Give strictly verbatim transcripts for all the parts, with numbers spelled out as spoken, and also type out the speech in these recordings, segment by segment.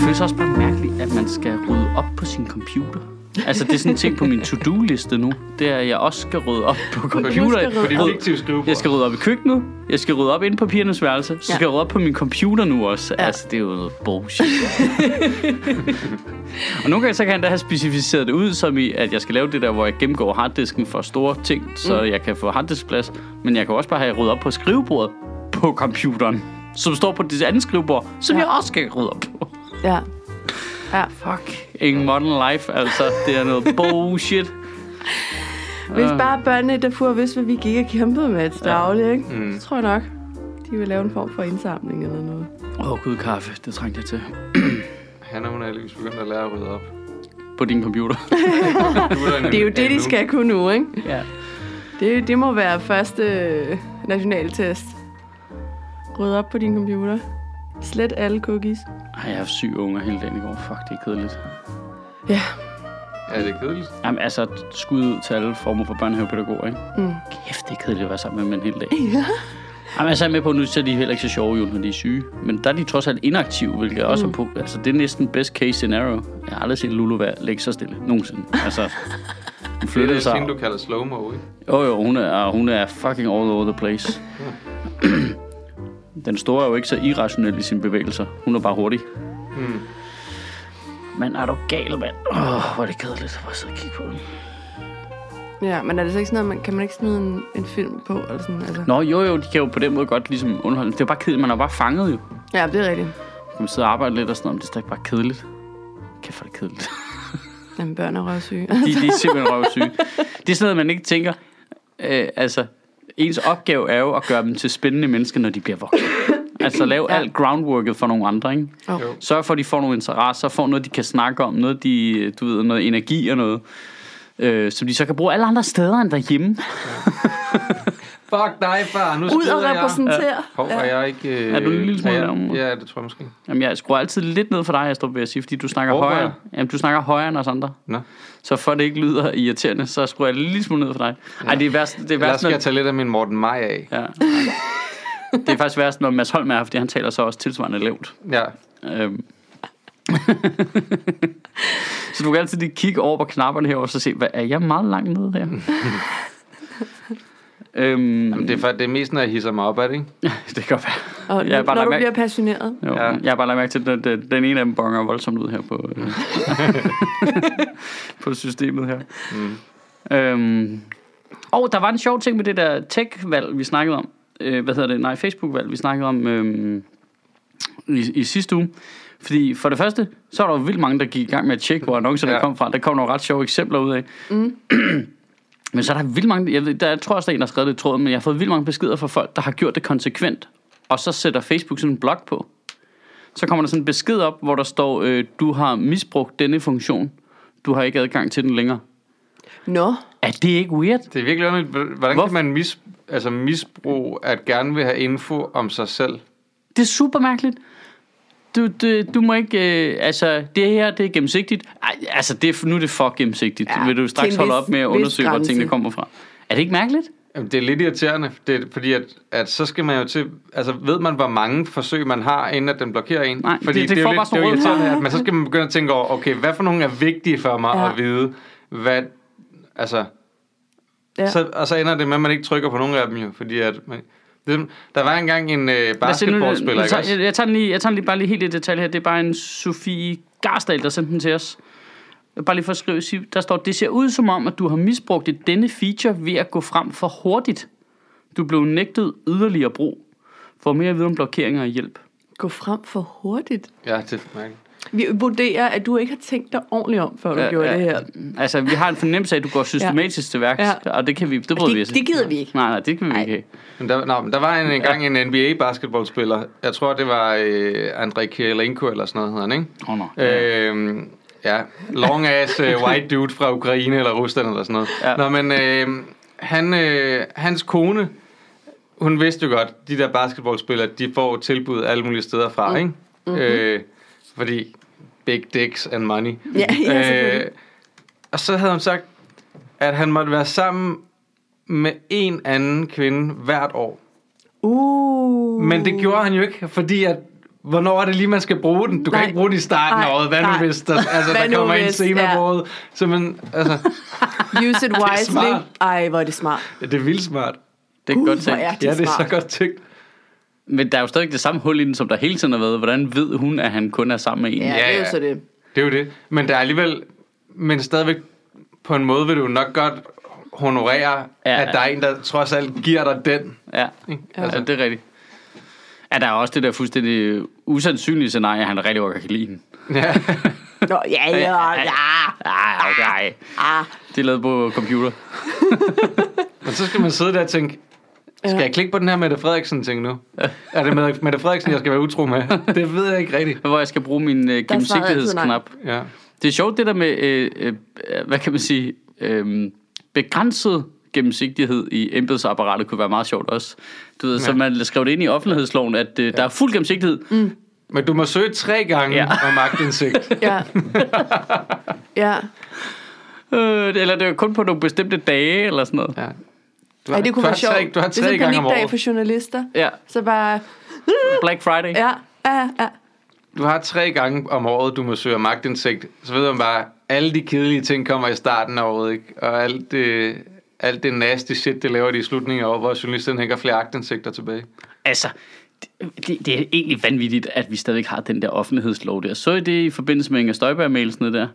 føles også bare mærkeligt, at man skal rydde op på sin computer. Altså, det er sådan en ting på min to-do-liste nu. Det er, at jeg også skal rydde op på computer. På dit fiktive skrivebord. Jeg skal rydde op i køkkenet. Jeg skal rydde op inde på pigernes værelse. Så ja. skal jeg rydde op på min computer nu også. Ja. Altså, det er jo noget bullshit. Og nogle gange så kan jeg da have specificeret det ud, som i, at jeg skal lave det der, hvor jeg gennemgår harddisken for store ting, så mm. jeg kan få harddiskplads. Men jeg kan også bare have ryddet op på skrivebordet på computeren, som står på det andet skrivebord, som ja. jeg også skal rydde op på. Ja. Ja. Fuck. Ingen modern life, altså. Det er noget bullshit. Hvis bare børnene der får vidst, hvad vi gik og kæmpede med til daglig, ikke? Mm. Så tror jeg nok, de vil lave en form for indsamling eller noget. Åh, oh, gud, kaffe. Det trængte jeg til. Han og hun er lige begyndt at lære at rydde op. På din computer. Det er jo det, de skal kunne nu, ikke? Ja. Det, det må være første nationaltest. Rydde op på din computer. Slet alle cookies. Ej, jeg har haft syge unger hele dagen i går. Fuck, det er kedeligt. Ja. Ja, det er kedeligt. Jamen, altså, skud ud til alle former for børnehavepædagoger, ikke? Mm. Kæft, det er kedeligt at være sammen med dem en hel dag. Ja. Jamen, altså, jeg er med på, nu så er de heller ikke så sjove, jo, når de er syge. Men der er de trods alt inaktive, hvilket jeg også mm. er på. Altså, det er næsten best case scenario. Jeg har aldrig set Lulu være lægge så stille. Nogensinde. Altså, hun flyttede sig. Det er det, du kalder slow-mo, ikke? Jo, jo, hun er, hun er fucking all over the place. Den store er jo ikke så irrationel i sine bevægelser. Hun er bare hurtig. Mm. Men er du gal, mand? Åh, oh, hvor er det kedeligt. Bare sidde og kigge på den. Ja, men er det så ikke sådan noget, man, kan man ikke smide en, en film på? Eller sådan, altså? Nå, jo, jo, de kan jo på den måde godt ligesom underholde. Det er jo bare kedeligt, man er bare fanget jo. Ja, det er rigtigt. Kan man sidde og arbejde lidt og sådan noget, men det er stadig bare kedeligt. Kæft, hvor er det kedeligt. Jamen, børn er røvsyge. de, de er simpelthen røvsyge. Det er sådan noget, man ikke tænker. Øh, altså, ens opgave er jo at gøre dem til spændende mennesker, når de bliver voksne. Altså lave ja. alt groundworket for nogle andre, ikke? Oh. Sørg for, at de får nogle interesser, får noget, de kan snakke om, noget, de, du ved, noget energi og noget, øh, som de så kan bruge alle andre steder end derhjemme. Fuck dig, far. Nu ud og repræsentere. Hov, ja. er jeg ikke... Øh, er du en lille smule om? Ja, det tror jeg måske. Jamen, jeg skruer altid lidt ned for dig, jeg står ved at sige, fordi du snakker Hvor højere. Jamen, du snakker højere end os andre. Nå. Så for det ikke lyder irriterende, så skruer jeg lidt smule ned for dig. Ja. Ej, det er værst... Det er værst, Lad os skal jeg tage lidt af min Morten Maj af. Ja. Det er faktisk værst, når Mads Holm er her, fordi han taler så også tilsvarende lavt. Ja. Øhm. Så du kan altid lige kigge over på knapperne her og så se, hvad er jeg meget langt nede her? øhm. Jamen, det, er, det er mest, når jeg hisser mig op, er det ikke? Det kan være. Og jeg når du mærke... bliver passioneret. Jo, ja. Jeg har bare lagt mærke til, at den, den, den ene af dem bonger voldsomt ud her på, øh, på systemet her. Mm. Øhm. Og der var en sjov ting med det der tech-valg, vi snakkede om. Øh, hvad hedder det? Nej, Facebook-valg, vi snakkede om øh, i, i sidste uge. Fordi for det første, så er der jo vildt mange, der gik i gang med at tjekke, hvor annoncerne ja. kom fra. Der kom nogle ret sjove eksempler ud af. Mm. Men så er der vildt mange, jeg, ved, der, jeg tror også, der er en, der har skrevet det i tråden, men jeg har fået vildt mange beskeder fra folk, der har gjort det konsekvent. Og så sætter Facebook sådan en blog på. Så kommer der sådan en besked op, hvor der står, øh, du har misbrugt denne funktion. Du har ikke adgang til den længere. Nå. No. Er det ikke weird? Det er virkelig underligt. Hvordan Hvor? kan man mis, altså misbruge at gerne vil have info om sig selv? Det er super mærkeligt. Du, du, du må ikke, øh, altså det her, det er gennemsigtigt. Ej, altså det er, nu er det for gennemsigtigt. Ja, vil du straks holde vis, op med at undersøge, hvor tingene kommer fra? Er det ikke mærkeligt? Jamen, det er lidt irriterende, det er, fordi at, at så skal man jo til, altså ved man, hvor mange forsøg man har, inden at den blokerer en? Nej, fordi det, det, det, det er jo lidt, det er jo irriterende, at man så skal man begynde at tænke over, okay, hvad for nogle er vigtige for mig ja. at vide, hvad, altså, ja. så, og så ender det med, at man ikke trykker på nogen af dem jo, fordi at man, det, der var engang en øh, basketballspiller, ikke også? Jeg, jeg tager den lige, jeg tager den lige bare lige helt i detalje her, det er bare en Sofie Garsdal, der sendte den til os. Bare lige for at skrive, der står, det ser ud som om, at du har misbrugt denne feature ved at gå frem for hurtigt. Du blev nægtet yderligere brug. For mere at vide om blokeringer og hjælp. Gå frem for hurtigt? Ja, det er mærkeligt. Vi vurderer, at du ikke har tænkt dig ordentligt om, før du ja, gjorde ja. det her. Altså, vi har en fornemmelse af, at du går systematisk ja. til værks. Ja. Og det kan vi, det bryder vi os. Det gider vi ikke. Nej, nej, det kan vi nej. ikke. Men der, no, der var en, en gang en N B A-basketballspiller. Jeg tror, det var øh, Andrei Kirilenko eller sådan noget, hedder han, ikke? Åh, oh, no. øh, Ja, long ass uh, white dude fra Ukraine eller Rusland eller sådan noget. Ja. Nå, men øh, han, øh, hans kone, hun vidste jo godt, de der basketballspillere, de får tilbud alle mulige steder fra, mm. ikke? Mm-hmm. Øh, fordi big dicks and money. Ja, ja, øh, og så havde hun sagt, at han måtte være sammen med en anden kvinde hvert år. Uh. Men det gjorde han jo ikke, fordi at hvornår er det lige, man skal bruge den? Du nej. kan ikke bruge den i starten af året. Hvad nej. nu hvis der, altså, der kommer en senere ja. på året? Så man, altså, use it wisely. Ej, hvor er det smart. Ja, det er vildt smart. Det er uh, godt tænkt. Er det ja, det er smart. så godt tænkt. Men der er jo stadig det samme hul i den, som der hele tiden har været. Hvordan ved hun, at han kun er sammen med en? Ja, det er jo så det. Det er jo det. Men der er alligevel... Men stadigvæk på en måde vil du nok godt honorere, ja, at der er en, der trods alt giver dig den. Ja, altså. Ja, det er rigtigt. Ja, der er også det der fuldstændig usandsynlige scenarie, at han rigtig godt kan lide hende. Ja. Nå, ja, ja, ja. Ja, okay. Det er lavet på computer. Men så skal man sidde der og tænke, skal jeg klikke på den her Mette Frederiksen-ting nu? Er det med Mette Frederiksen, jeg skal være utro med? Det ved jeg ikke rigtigt. Hvor jeg skal bruge min øh, gennemsigtighedsknap. Ja. Det er sjovt det der med, øh, øh, hvad kan man sige, øh, begrænset gennemsigtighed i embedsapparatet kunne være meget sjovt også. Du ved, ja. Så man skrev det ind i offentlighedsloven, at øh, ja. der er fuld gennemsigtighed. Mm. Men du må søge tre gange ja. om aktindsigt. Ja. Ja. Øh, eller det er kun på nogle bestemte dage, eller sådan noget. Ja. Du har, Ej, det kunne være sjovt. Du har tre det er gange om året. panikdag for journalister. Ja. Så bare... Black Friday. Ja, ja, ja. Du har tre gange om året, du må søge om aktindsigt. Så ved man bare, alle de kedelige ting kommer i starten af året, ikke? Og alt det, alt det nasty shit, det laver de i slutningen af året, hvor journalisterne hænger flere aktindsigter tilbage. Altså, det, det er egentlig vanvittigt, at vi stadig har den der offentlighedslov der. Så er det i forbindelse med Inger Støjberg-mailsene der.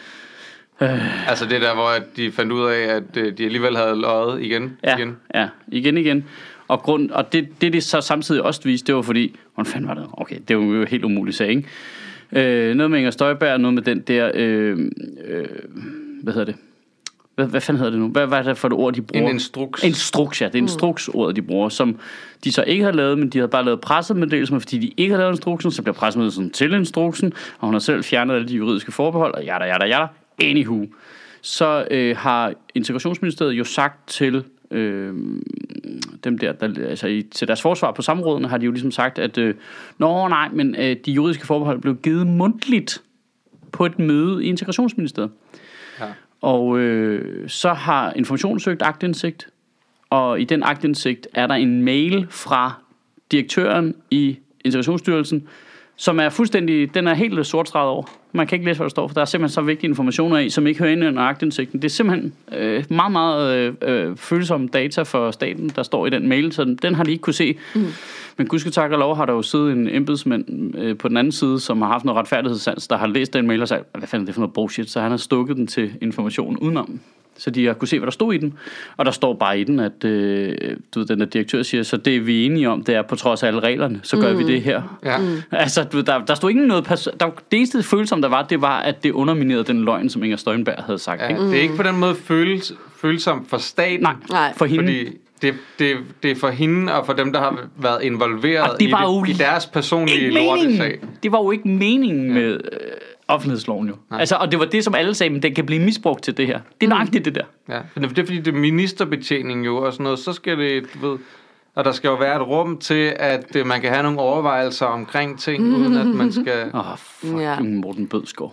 Øh. Altså det der, hvor de fandt ud af, at de alligevel havde løjet igen. Ja, igen. ja, igen igen. Og, grund, og det, det, det så samtidig også viste, det var fordi, hvordan fanden var det? Okay, det var jo helt umuligt sag, ikke? Øh, noget med Inger Støjberg, noget med den der, øh, øh, hvad hedder det? Hvad, hvad fanden hedder det nu? Hvad, hvad er det for et ord, de bruger? En instruks. Instruks, ja. Det er instruksordet, de bruger, som de så ikke har lavet, men de havde bare lavet pressemeddelelser, fordi de ikke har lavet instruksen, så bliver pressemeddelelsen til instruksen, og hun har selv fjernet alle de juridiske forbehold, og jada, jada, jada. Anywho. Så øh, har Integrationsministeriet jo sagt til øh, dem der, der altså i, til deres forsvar på samrådene, har de jo ligesom sagt, at øh, nå nej, men øh, de juridiske forbehold blev givet mundtligt på et møde i Integrationsministeriet. Ja. Og øh, så har Information søgt aktindsigt, og i den aktindsigt er der en mail fra direktøren i Integrationsstyrelsen, som er fuldstændig, den er helt sortstreget over. Man kan ikke læse, hvad der står, for der er simpelthen så vigtige informationer i, som ikke hører ind under aktindsigten. Det er simpelthen øh, meget, meget øh, følsomme data for staten, der står i den mail, så den, den har de ikke kunne se. Mm. Men gudske tak og lov har der jo siddet en embedsmand øh, på den anden side, som har haft noget retfærdighedssans, der har læst den mail og sagt, hvad fanden er det for noget bullshit? Så han har stukket den til information udenom. Så de har kunne se, hvad der stod i den. Og der står bare i den, at øh, du ved, den der direktør siger, så det vi er enige om, det er på trods af alle reglerne, så gør mm. vi det her. Ja. Mm. Altså, du ved, der, der stod ikke noget... Pers- der, det eneste følelse, der var, det var, at det underminerede den løgn, som Inger Støjberg havde sagt. Ja, ikke? det er ikke på den måde føles, følsomt for staten. Nej, for hende. Fordi det, det, det er for hende og for dem, der har været involveret i, det, i deres personlige lortesag. Det var jo ikke meningen ja. med... Øh, offentlighedsloven jo. Altså, og det var det, som alle sagde, men den kan blive misbrugt til det her. Det er nøjagtigt det der. Ja, men det er fordi, det er ministerbetjening jo og sådan noget, så skal det, du ved, og der skal jo være et rum til, at uh, man kan have nogle overvejelser omkring ting, mm. uden at man skal... Åh, oh, fucking ja. Morten Bødskov.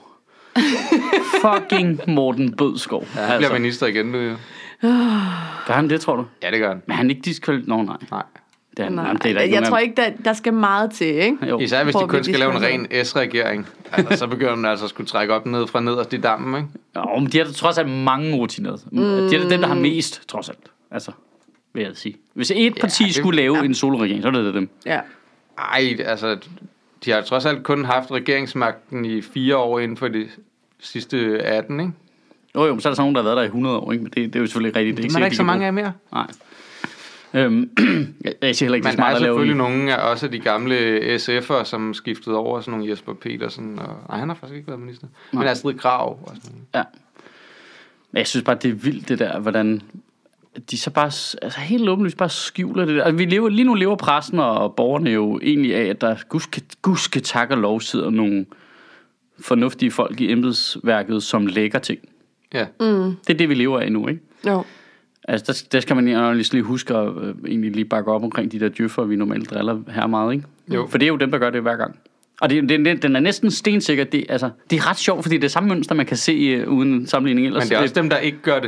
fucking Morten Bødskov. Ja, han altså. bliver minister igen nu jo. Gør han det, tror du? Ja, det gør han. Men han ikke diskvalificeret? Nå, nej. Nej. Det er, nej, nej, det er jeg tror ikke, der, der skal meget til, ikke? Jo. Især hvis de kun skal lave en ren S-regering. Altså, så begynder man altså at skulle trække op ned fra nederst i dammen, ikke? Jo, men de har trods alt mange rutiner. Mm. De er dem, der har mest, trods alt. Altså, vil jeg sige. Hvis et parti ja, det, skulle lave ja. en soloregering, så er det dem. Ja. Ej, altså, de har trods alt kun haft regeringsmagten i fire år inden for de sidste atten, ikke? Jo, jo, men så er der sådan nogen, der har været der i hundrede år, ikke? Men det, det er jo selvfølgelig rigtigt. Det er, det er ikke så mange af mere. Nej. Øhm, jeg siger heller ikke, det er smart at lave. Men der er selvfølgelig nogle af også de gamle S F'ere, som skiftede over, sådan nogle Jesper Petersen, og nej, han har faktisk ikke været minister. Nej. Men Astrid Krag og sådan noget. Ja. Jeg synes bare, det er vildt det der, hvordan de så bare, altså helt åbenlyst bare skjuler det der. Altså, vi lever, lige nu lever pressen og borgerne jo egentlig af, at der guske, guske tak og lov sidder nogle fornuftige folk i embedsværket, som lægger ting. Ja. Mm. Det er det, vi lever af nu, ikke? Jo. Altså, der, der skal man jo lige huske at øh, egentlig lige bakke op omkring de der djøffer, vi normalt driller her meget, ikke? Jo. For det er jo dem, der gør det hver gang. Og det, det, den er næsten stensikker. Det, altså, det er ret sjovt, fordi det er samme mønster, man kan se uh, uden sammenligning ellers. Men det er også dem, der ikke gør det.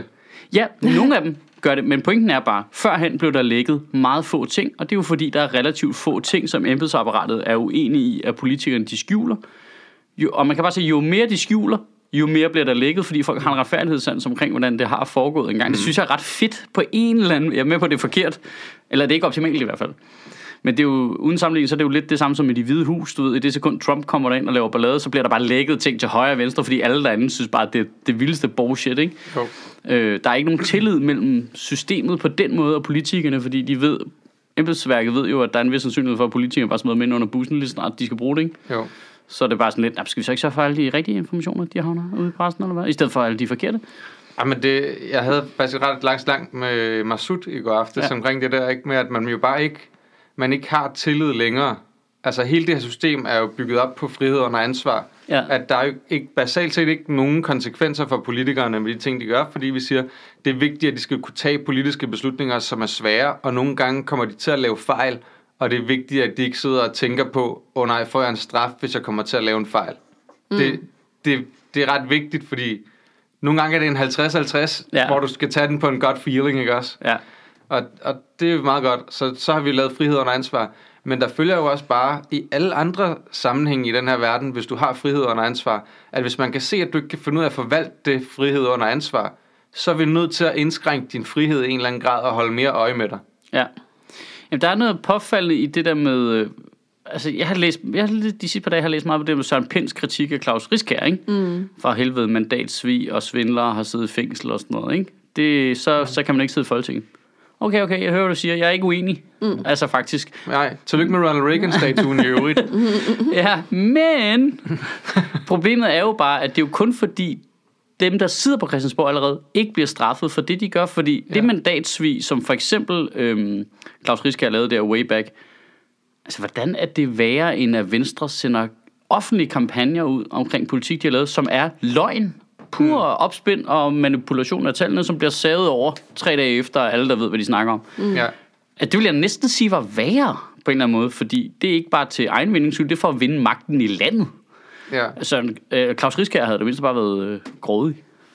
Ja, nogle af dem gør det, men pointen er bare, førhen blev der lækket meget få ting, og det er jo fordi, der er relativt få ting, som embedsapparatet er uenige i, at politikerne de skjuler. Jo, og man kan bare sige, jo mere de skjuler, jo mere bliver der lækket, fordi folk har en retfærdighedssans omkring, hvordan det har foregået engang. Mm. Det synes jeg er ret fedt på en eller anden, jeg er med på, det er forkert, eller det er ikke optimalt i hvert fald. Men det er jo, uden sammenligning, så er det jo lidt det samme som i de hvide hus, du ved, i det sekund Trump kommer derind og laver ballade, så bliver der bare lækket ting til højre og venstre, fordi alle derinde synes bare, at det er det vildeste bullshit, ikke? Oh. Øh, der er ikke nogen tillid mellem systemet på den måde og politikerne, fordi de ved, embedsværket ved jo, at der er en vis sandsynlighed for, at politikerne bare smider dem ind under bussen lige snart de skal bruge det, ikke? Jo. Så er det bare sådan lidt, skal vi så ikke sørge for alle de rigtige informationer, de havner ude i pressen, eller hvad? I stedet for alle de forkerte? Jamen det, jeg havde faktisk ret langt langt med Masud i går aftes, ja. Omkring det der, ikke med, at man jo bare ikke, man ikke har tillid længere. Altså hele det her system er jo bygget op på frihed under ansvar. Ja. At der er jo ikke, basalt set ikke nogen konsekvenser for politikerne med de ting, de gør, fordi vi siger, det er vigtigt, at de skal kunne tage politiske beslutninger, som er svære, og nogle gange kommer de til at lave fejl, og det er vigtigt, at de ikke sidder og tænker på, åh oh, nej, får jeg en straf, hvis jeg kommer til at lave en fejl. Mm. Det, det, det er ret vigtigt, fordi nogle gange er det en halvtreds halvtreds, ja. Hvor du skal tage den på en godt feeling, ikke også? Ja. Og, og det er jo meget godt, så, så har vi lavet frihed under ansvar. Men der følger jo også bare i alle andre sammenhænge i den her verden, hvis du har frihed under ansvar, at hvis man kan se, at du ikke kan finde ud af at forvalte det frihed under ansvar, så er vi nødt til at indskrænke din frihed i en eller anden grad og holde mere øje med dig. Ja. Jamen, der er noget påfaldende i det der med... Øh, altså, jeg har læst... Jeg har, de sidste par dage har jeg læst meget på det med Søren Pinds kritik af Klaus Riskær, ikke? Mm. For helvede mandatsvig og svindlere har siddet i fængsel og sådan noget, ikke? Det, så, så kan man ikke sidde i Folketinget. Okay, okay, jeg hører, hvad du siger. Jeg er ikke uenig. Mm. Altså, faktisk. Nej, tillykke med Ronald Reagan-statuen i øvrigt. Ja, men... problemet er jo bare, at det er jo kun fordi... dem, der sidder på Christiansborg allerede, ikke bliver straffet for det, de gør. Fordi ja. Det mandatsvig, som for eksempel øhm, Klaus Riskær lavede der way back, altså hvordan er det værre, end at Venstre sender offentlige kampagner ud omkring politik, de har lavet, som er løgn, pur mm. opspind og manipulation af tallene, som bliver savet over tre dage efter, alle der ved, hvad de snakker om. Mm. Ja. At det vil jeg næsten sige var værre på en eller anden måde, fordi det er ikke bare til egen vindings skyld, det er for at vinde magten i landet. Ja. Altså, øh, Klaus Riskær havde det mindst bare været øh, grådig.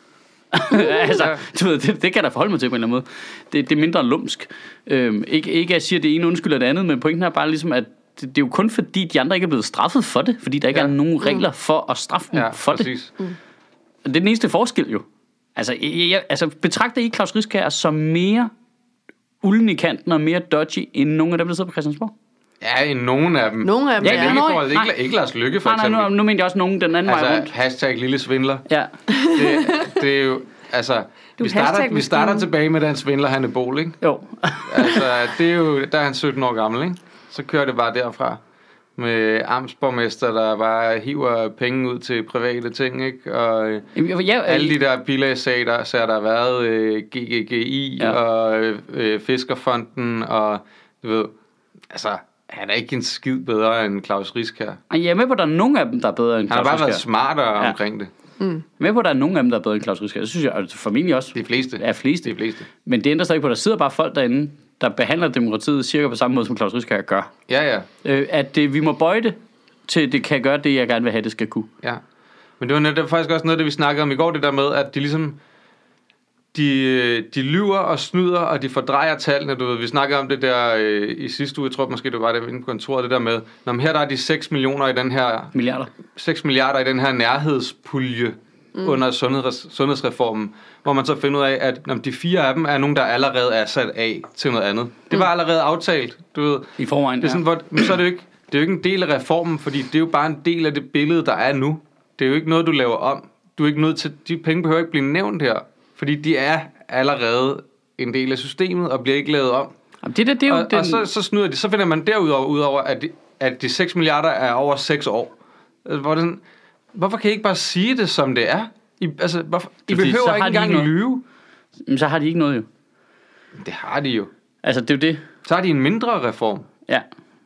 altså, ja. du ved, det, det kan jeg da forholde mig til på en eller anden måde. Det, det er mindre lumsk. Øhm, ikke, ikke at jeg siger, at det ene undskylder det andet, men pointen er bare ligesom, at det, det er jo kun fordi, de andre ikke er blevet straffet for det, fordi der ikke ja. Er nogen regler for at straffe dem ja, for præcis. Det. Mm. Det er den eneste forskel jo. Altså, jeg, jeg, altså betragter I Klaus Riskær som mere ulden i kanten og mere dodgy end nogen af dem, der sidder på Christiansborg? Ja, i nogen af dem. Nogle af dem, ja. Men ikke, for, ikke, ikke Lars Løkke, for nej, eksempel. Nej, nu, nu mener jeg også nogen den anden altså, vej rundt. Hashtag lille svindler. Ja. Det, det er jo, altså... Vi starter, vi starter tilbage med den svindler, Hanne Bol, ikke? Jo. altså, det er jo... Der er han sytten år gammel, ikke? Så kører det bare derfra. Med amtsborgmester, der bare hiver penge ud til private ting, ikke? Og Jamen, jeg, alle de der bilagssager, der, så der har været øh, G G G I ja. Og øh, Fiskerfonden, og du ved... Altså... Han er ikke en skid bedre end Klaus Riskær. Jeg er med på, at der er nogen af dem, der er bedre end Klaus Riskær. Han har bare været smartere ja. Omkring det. Mm. Med på, at der er nogen af dem, der er bedre end Klaus Riskær. Det synes jeg altså, formentlig også. De fleste. Ja, fleste. De fleste. Men det ændrer sig ikke på, at der sidder bare folk derinde, der behandler demokratiet cirka på samme måde, som Klaus Riskær gør. Ja, ja. Øh, at det, vi må bøje det, til det kan gøre det, jeg gerne vil have, det skal kunne. Ja. Men det var, det var faktisk også noget, det vi snakkede om i går, det der med, at de ligesom... De, de lyver og snyder, og de fordrejer tallene. Du ved, vi snakkede om det der øh, i sidste uge, jeg tror måske, det var det inde på kontoret, det der med, når her der er de seks millioner i den her... Milliarder. seks milliarder i den her nærhedspulje mm. under sundheds, sundhedsreformen, hvor man så finder ud af, at når de fire af dem er nogen, der allerede er sat af til noget andet. Det var allerede aftalt, du ved. I forvejen, det er sådan, hvor, men så er det jo ikke, det er jo ikke en del af reformen, fordi det er jo bare en del af det billede, der er nu. Det er jo ikke noget, du laver om. Du er ikke nødt til... De penge behøver ikke blive nævnt her. Fordi de er allerede en del af systemet og bliver ikke lavet om. Det der, det er jo og, den... og så, så snyder de. Så finder man derudover, udover, at, de, at de seks milliarder er over seks år. Hvor den, hvorfor kan I ikke bare sige det, som det er? I, altså, hvorfor, I behøver ikke engang at lyve. Men så har de ikke noget jo. Det har de jo. Altså, det er jo det. Så har de en mindre reform. Ja.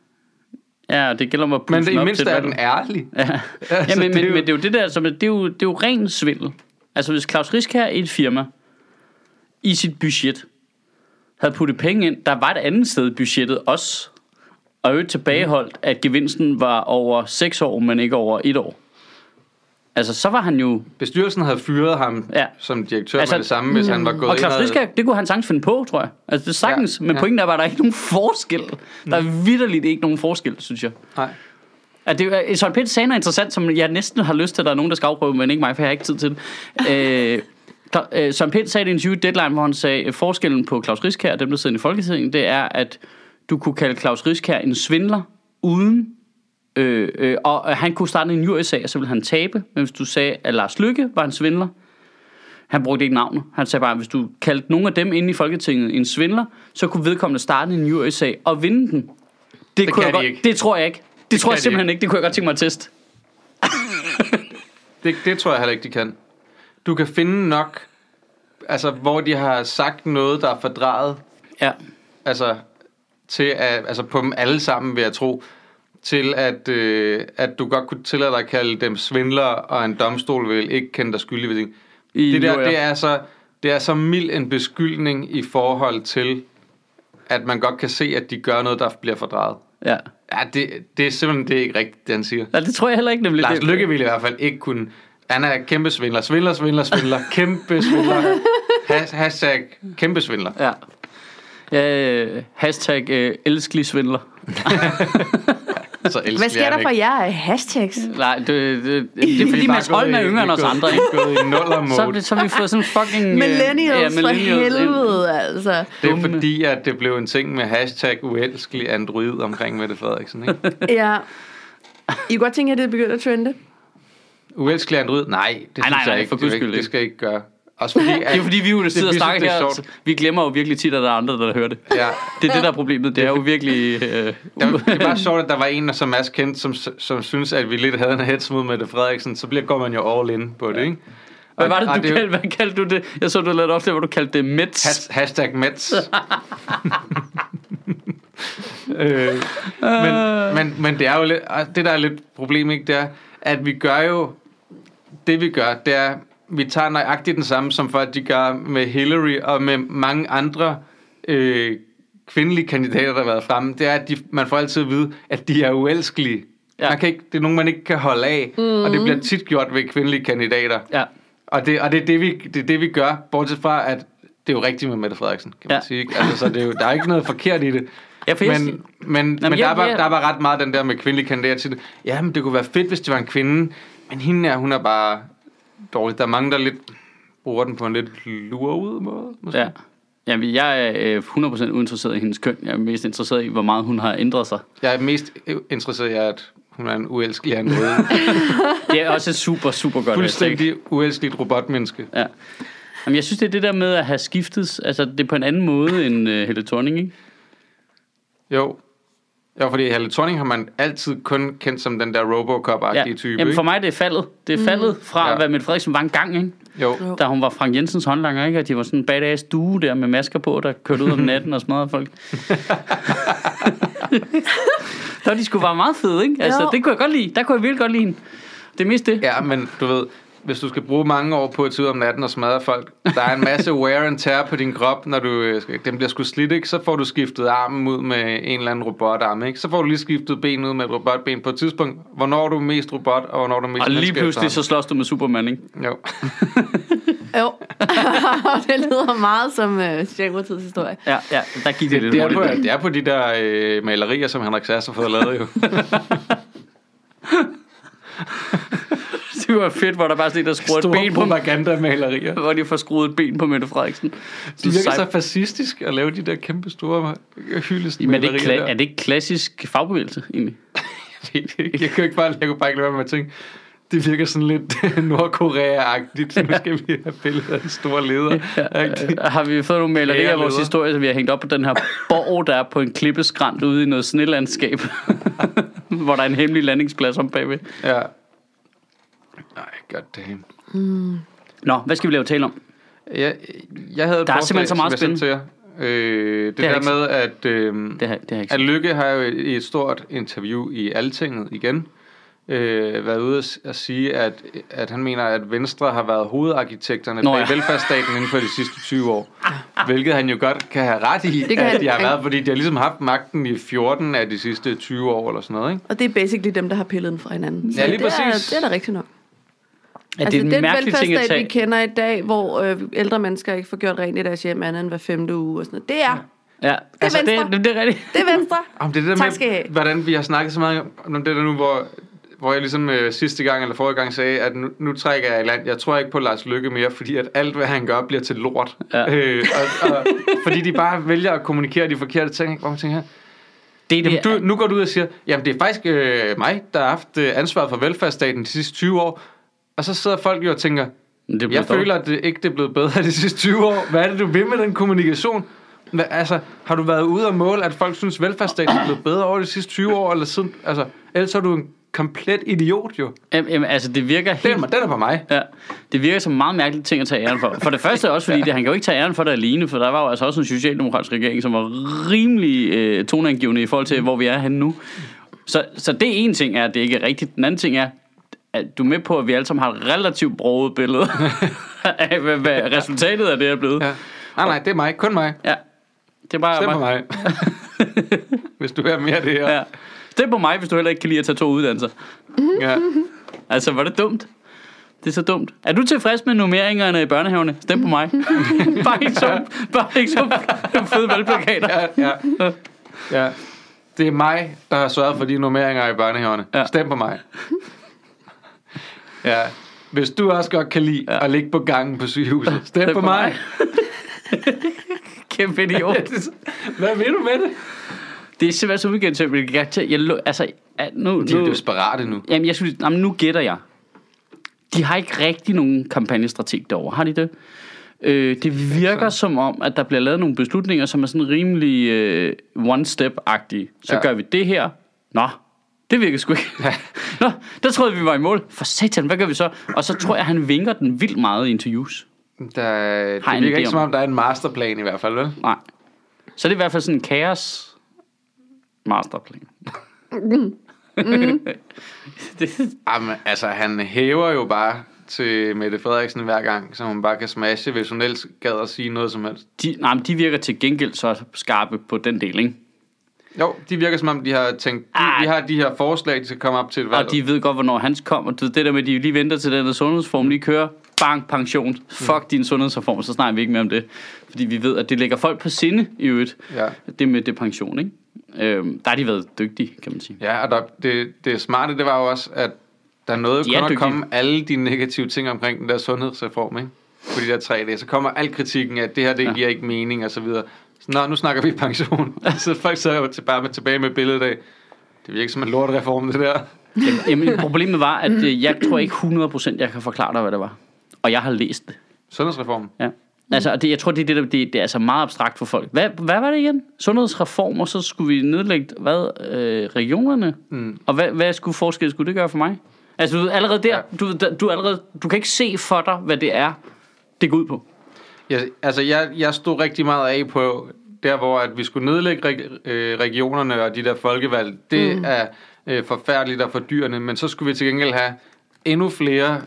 Ja, det gælder om at men det, i mindste er den ærlig. Ja, altså, ja men, det, men, jo... men det er jo det der, som, det, er jo, det er jo ren svindel. Altså hvis Klaus Riskær i et firma i sit budget havde puttet penge ind, der var et andet sted i budgettet også, og jo tilbageholdt, at gevinsten var over seks år, men ikke over et år. Altså, så var han jo... Bestyrelsen havde fyret ham ja. som direktør altså, med det samme, hvis mm, han var gået og Klaus ind... Og Riskær, det kunne han sagtens finde på, tror jeg. Altså, det er sagtens, ja, men ja. pointen er bare, der er ikke nogen forskel. Der er vitterligt ikke nogen forskel, synes jeg. Nej. At det, Søren Pind sagde noget interessant, som jeg næsten har lyst til, at der er nogen, der skal afprøve, men ikke mig, for jeg har ikke tid til det. øh, Søren Pind sagde i en interview i Deadline, hvor han sagde, at forskellen på Klaus Riskær og dem, der sidder i Folketinget, det er, at du kunne kalde Klaus Riskær en svindler, uden... Øh, øh, og han kunne starte en jury-sag, og så ville han tabe. Men hvis du sagde, at Lars Løkke var en svindler, han brugte ikke navnet. Han sagde bare, at hvis du kaldte nogle af dem inde i Folketinget en svindler, så kunne vedkommende starte en jury-sag og vinde den. Det, det, kunne jeg godt, det tror jeg ikke. Det, det tror jeg simpelthen ikke. ikke. Det kunne jeg godt tænke mig at teste. det, det tror jeg heller ikke, de kan. Du kan finde nok, altså hvor de har sagt noget, der er fordrejet. Ja. Altså, til at, altså på dem alle sammen, vil jeg tro, til at, øh, at du godt kunne tillade dig at kalde dem svindlere, og en domstol vil ikke kende dig skyldig ved ting. I, det der, jo, ja. det er så det er så mild en beskyldning i forhold til, at man godt kan se, at de gør noget, der bliver fordrejet. Ja. Ja, det, det er simpelthen det er ikke rigtigt, det han siger. Ja, det tror jeg heller ikke, nemlig. Lars Løkke ville i hvert fald ikke kunne... Han er kæmpe svindler. Svindler, svindler, svindler. Kæmpe svindler. Has, hashtag kæmpe svindler. Ja. Ja, hashtag øh, elskelig svindler. Så hvad sker der for jer af hashtags? Nej, det, det, det, det er fordi Mads Holm er yngre end os andre, ikke? Gået i nuller-mode. Så, så har vi fået sådan fucking... Millennials, ja, millennials for helvede, altså. Det er fordi, at det blev en ting med hashtag uelskelig android omkring Mette Frederiksen, ikke? Ja. I kunne godt tænke, at det begynder at trende? Uelskelig android? Nej, det nej, synes nej, jeg ikke. For det, ikke. Det skal jeg ikke gøre. Også fordi, det er fordi vi jo der sidder og snakker her, så vi glemmer jo virkelig tit, at der er andre, der hører det. Ja. Det er det, der er problemet. Det er jo virkelig... Øh, det, var, det er bare sjovt, at der var en, som Mads kendte, som, som synes, at vi lidt havde en hets mod Mette Frederiksen. Så bliver, går man jo all in på det, ikke? Hvad var det, du det, kaldte? Hvad kaldte du det? Jeg så, du lavede op til, hvor du kaldte det Mets. Has, hashtag Mets. øh, men, men, men det er jo lidt... Det, der er lidt problem, ikke? Det er, at vi gør jo... Det, vi gør, det er... Vi tager nøjagtigt den samme, som folk de gør med Hillary og med mange andre øh, kvindelige kandidater, der har været fremme. Det er, at de, man får altid at vide, at de er uelskelige. Ja. Man kan ikke, det er nogen, man ikke kan holde af, mm. og det bliver tit gjort ved kvindelige kandidater. Ja. Og, det, og det, er det, vi, det er det, vi gør, bortset fra, at det er jo rigtigt med Mette Frederiksen, kan man ja. sige. Ikke? Altså, så det er jo, der er ikke noget forkert i det. Ja, men men, men jamen, der, ja, er bare, ja. der er bare ret meget den der med kvindelige kandidater til det. Ja, men det kunne være fedt, hvis det var en kvinde, men hende er, hun er bare... dårligt. Der er mange, der lidt bruger den på en lidt lureud måde, måske. Ja. Jamen, jeg er hundrede procent uinteresseret i hendes køn. Jeg er mest interesseret i, hvor meget hun har ændret sig. Jeg er mest interesseret i, at hun er en uelskelig android. Det er også et super, super godt. Fuldstændig uelskeligt robotmenneske. Ja. Jamen, jeg synes, det er det der med at have skiftet, altså det er på en anden måde end uh, Helle Thorning, ikke? Jo. Ja, fordi Helle Thorning har man altid kun kendt som den der Robocop-agtige ja. type. Jamen for mig det er faldet. Det er faldet mm. fra, ja. hvad Mette Frederiksen var en gang, ikke? Jo. Da hun var Frank Jensens håndlanger, ikke? Og de var sådan en badass due der med masker på, der kørte ud om natten og smadrede folk. Der de skulle være meget fede, ikke? Altså, jo. Det kunne jeg godt lide. Der kunne jeg virkelig godt lide hende. Det er mest det. Ja, men du ved... Hvis du skal bruge mange år på at tage ud om natten og smadre folk, der er en masse wear and tear på din krop, når du den bliver sgu slidt, ikke? Så får du skiftet armen ud med en eller anden robotarm, ikke? Så får du lige skiftet ben ud med et robotben på et tidspunkt. Hvornår er du mest robot, og hvornår er du mest og lige pludselig så slås du med Superman, ikke? Jo. Jo. Det lyder meget som uh, Socialdemokratiets historie. Ja, ja, der gik det, det lidt det er, på, det er på de der øh, malerier, som Henrik Sass har fået lavet, jo. Det var fedt, hvor der bare sådan en, der skruede et ben på propagandamalerier. Hvor de får skruet et ben på Mette Frederiksen. Det virker så fascistisk at lave de der kæmpe store hyldest malerier. Men er det, kla- er det ikke klassisk fagbevægelse, egentlig? Jeg ved det ikke. Jeg kan ikke bare, jeg kunne bare ikke lade være med at tænke, det virker sådan lidt Nordkorea-agtigt. Nu skal vi have billeder af en stor leder. Ja, har vi fået nogle malerier af vores historie, som vi har hængt op på den her borg, der er på en klippeskrant ude i noget snelandskab, hvor der er en hemmelig landingsplads om bagved. Ja. Nej, goddamn. Mm. Nå, hvad skal vi lave tale om? Ja, jeg havde der er simpelthen så meget spændende. Til øh, det, det der med, at, øh, det har, det har at Lykke har jo i et stort interview i Altinget igen øh, været ude at sige, at, at han mener, at Venstre har været hovedarkitekterne Nå, ja. bag velfærdsstaten inden for de sidste tyve år. Hvilket han jo godt kan have ret i, at han, de har været, fordi de har ligesom haft magten i fjorten af de sidste tyve år eller sådan noget, ikke? Og det er basically dem, der har pillet den fra hinanden. Ja, lige det præcis. Er, det er da rigtigt nok. Ja, altså, det er en mærkelig ting at tage. Vi kender i dag, hvor øh, ældre mennesker ikke får gjort rent i deres hjem andet end hver femte uge og sådan noget. Det er... Ja, det er altså, Venstre. Det, det er rigtigt. Det er Venstre. Om det er det der tak med, skal I have. Hvordan vi har snakket så meget om det der nu, hvor, hvor jeg ligesom øh, sidste gang eller forrige gang sagde, at nu, nu trækker jeg i land. Jeg tror ikke på Lars Løkke mere, fordi at alt, hvad han gør, bliver til lort. Ja. Øh, og, og, fordi de bare vælger at kommunikere de forkerte ting. Hvor man tænker, det er det, jamen, du, nu går du ud og siger, jamen det er faktisk øh, mig, der har haft øh, ansvaret for velfærdsstaten de sidste tyve år. Og så sidder folk jo og tænker, jeg dårligt. føler, at det ikke det er blevet bedre de sidste tyve år. Hvad er det, du vil med den kommunikation? Hvad, altså, har du været ude og måle, at folk synes, velfærdsstaten er blevet bedre over de sidste tyve år? Eller siden, altså, ellers er du en komplet idiot, jo. Jamen, jamen altså, det virker helt... Den, den er på mig. Ja, det virker som meget mærkeligt ting at tage æren for. For det første også, fordi det, han kan jo ikke tage æren for det alene, for der var jo altså også en socialdemokratisk regering, som var rimelig øh, toneangivende i forhold til, hvor vi er henne nu. Så, så det ene ting er, at det ikke er rigtigt. Den anden ting er, at du er med på, at vi alle sammen har et relativt broget billede af, hvad, hvad resultatet af det er blevet. Ja. Nej, nej, det er mig. Kun mig. Ja. Det er bare Stem på mig. Hvis du hører mere af det her. Ja. Stem på mig, hvis du heller ikke kan lide at tage to uddannelser. Ja. Altså, var det dumt? Det er så dumt. Er du tilfreds med nummeringerne i børnehavene? Stem på mig. Bare ikke så, bare ikke så fede valgplakater. Ja, ja. Ja. Det er mig, der har sørget for de nummeringer i børnehavene. Ja. Stem på mig. Ja. Hvis du også godt kan lide ja. at ligge på gangen på sygehuset, stem, stem på, på mig. mig. Kæmpe idiot. Hvad vil du med det? Det er simpelthen så ugennemtænkt. Jeg, jeg, altså, nu, de er nu, desperate nu. Jamen, jeg synes, jamen, nu gætter jeg. De har ikke rigtig nogen kampagnestrateg derovre. Har de det? Øh, det virker som om, at der bliver lavet nogle beslutninger, som er sådan rimelig øh, one-step-agtige. Så ja. gør vi det her. Nå, det virker sgu ikke. Ja. Nå, der troede vi var i mål. For satan, hvad gør vi så? Og så tror jeg, han vinker den vildt meget i interviews. Der, det virker ikke som om, der er en masterplan i hvert fald, vel? Nej. Så det er i hvert fald sådan en kaos masterplan. Mm. Mm. det. Jamen, altså, han hæver jo bare til Mette Frederiksen hver gang, så hun bare kan smashe, hvis hun ellers gad at sige noget som helst. De, nej, men de virker til gengæld så skarpe på den del, ikke? Jo, de virker som om, de har tænkt, de, vi har de her forslag, de skal komme op til et valg. Og de ved godt, hvornår hans kommer. Det der med, at de lige venter til den der sundhedsreform, lige kører, bang, pension. Fuck mm. din sundhedsreform, så snakker vi ikke mere om det. Fordi vi ved, at det lægger folk på sinde i øvrigt. Ja. Det med det pension, ikke? Øhm, der har de været dygtige, kan man sige. Ja, og der, det, det smarte, det var jo også, at der nåede de kun at komme alle de negative ting omkring den der sundhedsreform, ikke? På de der tre dage. Så kommer al kritikken af, at det her, det ja. giver ikke mening, og så videre. Så nå, nu snakker vi pension. Så folk så jo til, bare med, tilbage med billedet af, det virker som en lortreform, det der. Jamen, jamen, problemet var, at øh, jeg tror ikke hundrede procent, jeg kan forklare dig, hvad det var. Og jeg har læst det. Sundhedsreform? Ja. Altså, det, jeg tror, det er, det, der, det, det er altså meget abstrakt for folk. Hvad, hvad var det igen? Sundhedsreform, og så skulle vi nedlægge, hvad, øh, regionerne? Mm. Og hvad, hvad skulle forskel skulle det gøre for mig? Altså, du allerede der, ja. du, du, allerede, du kan ikke se for dig, hvad det er, det går ud på. Ja, altså, jeg, jeg stod rigtig meget af på, der hvor at vi skulle nedlægge reg, øh, regionerne og de der folkevalg. Det mm. er øh, forfærdeligt og fordyrende, men så skulle vi til gengæld have endnu flere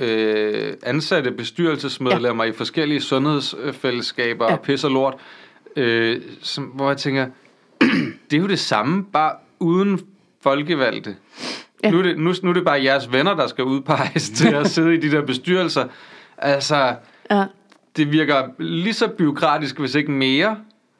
øh, ansatte bestyrelsesmedlemmer ja. i forskellige sundhedsfællesskaber ja. og pis og lort, øh, som, hvor jeg tænker, det er jo det samme, bare uden folkevalgte. Ja. Nu, er det, nu, nu er det bare jeres venner, der skal udpeges til at sidde i de der bestyrelser. Altså, ja. det virker lige så bureaukratisk, hvis ikke mere,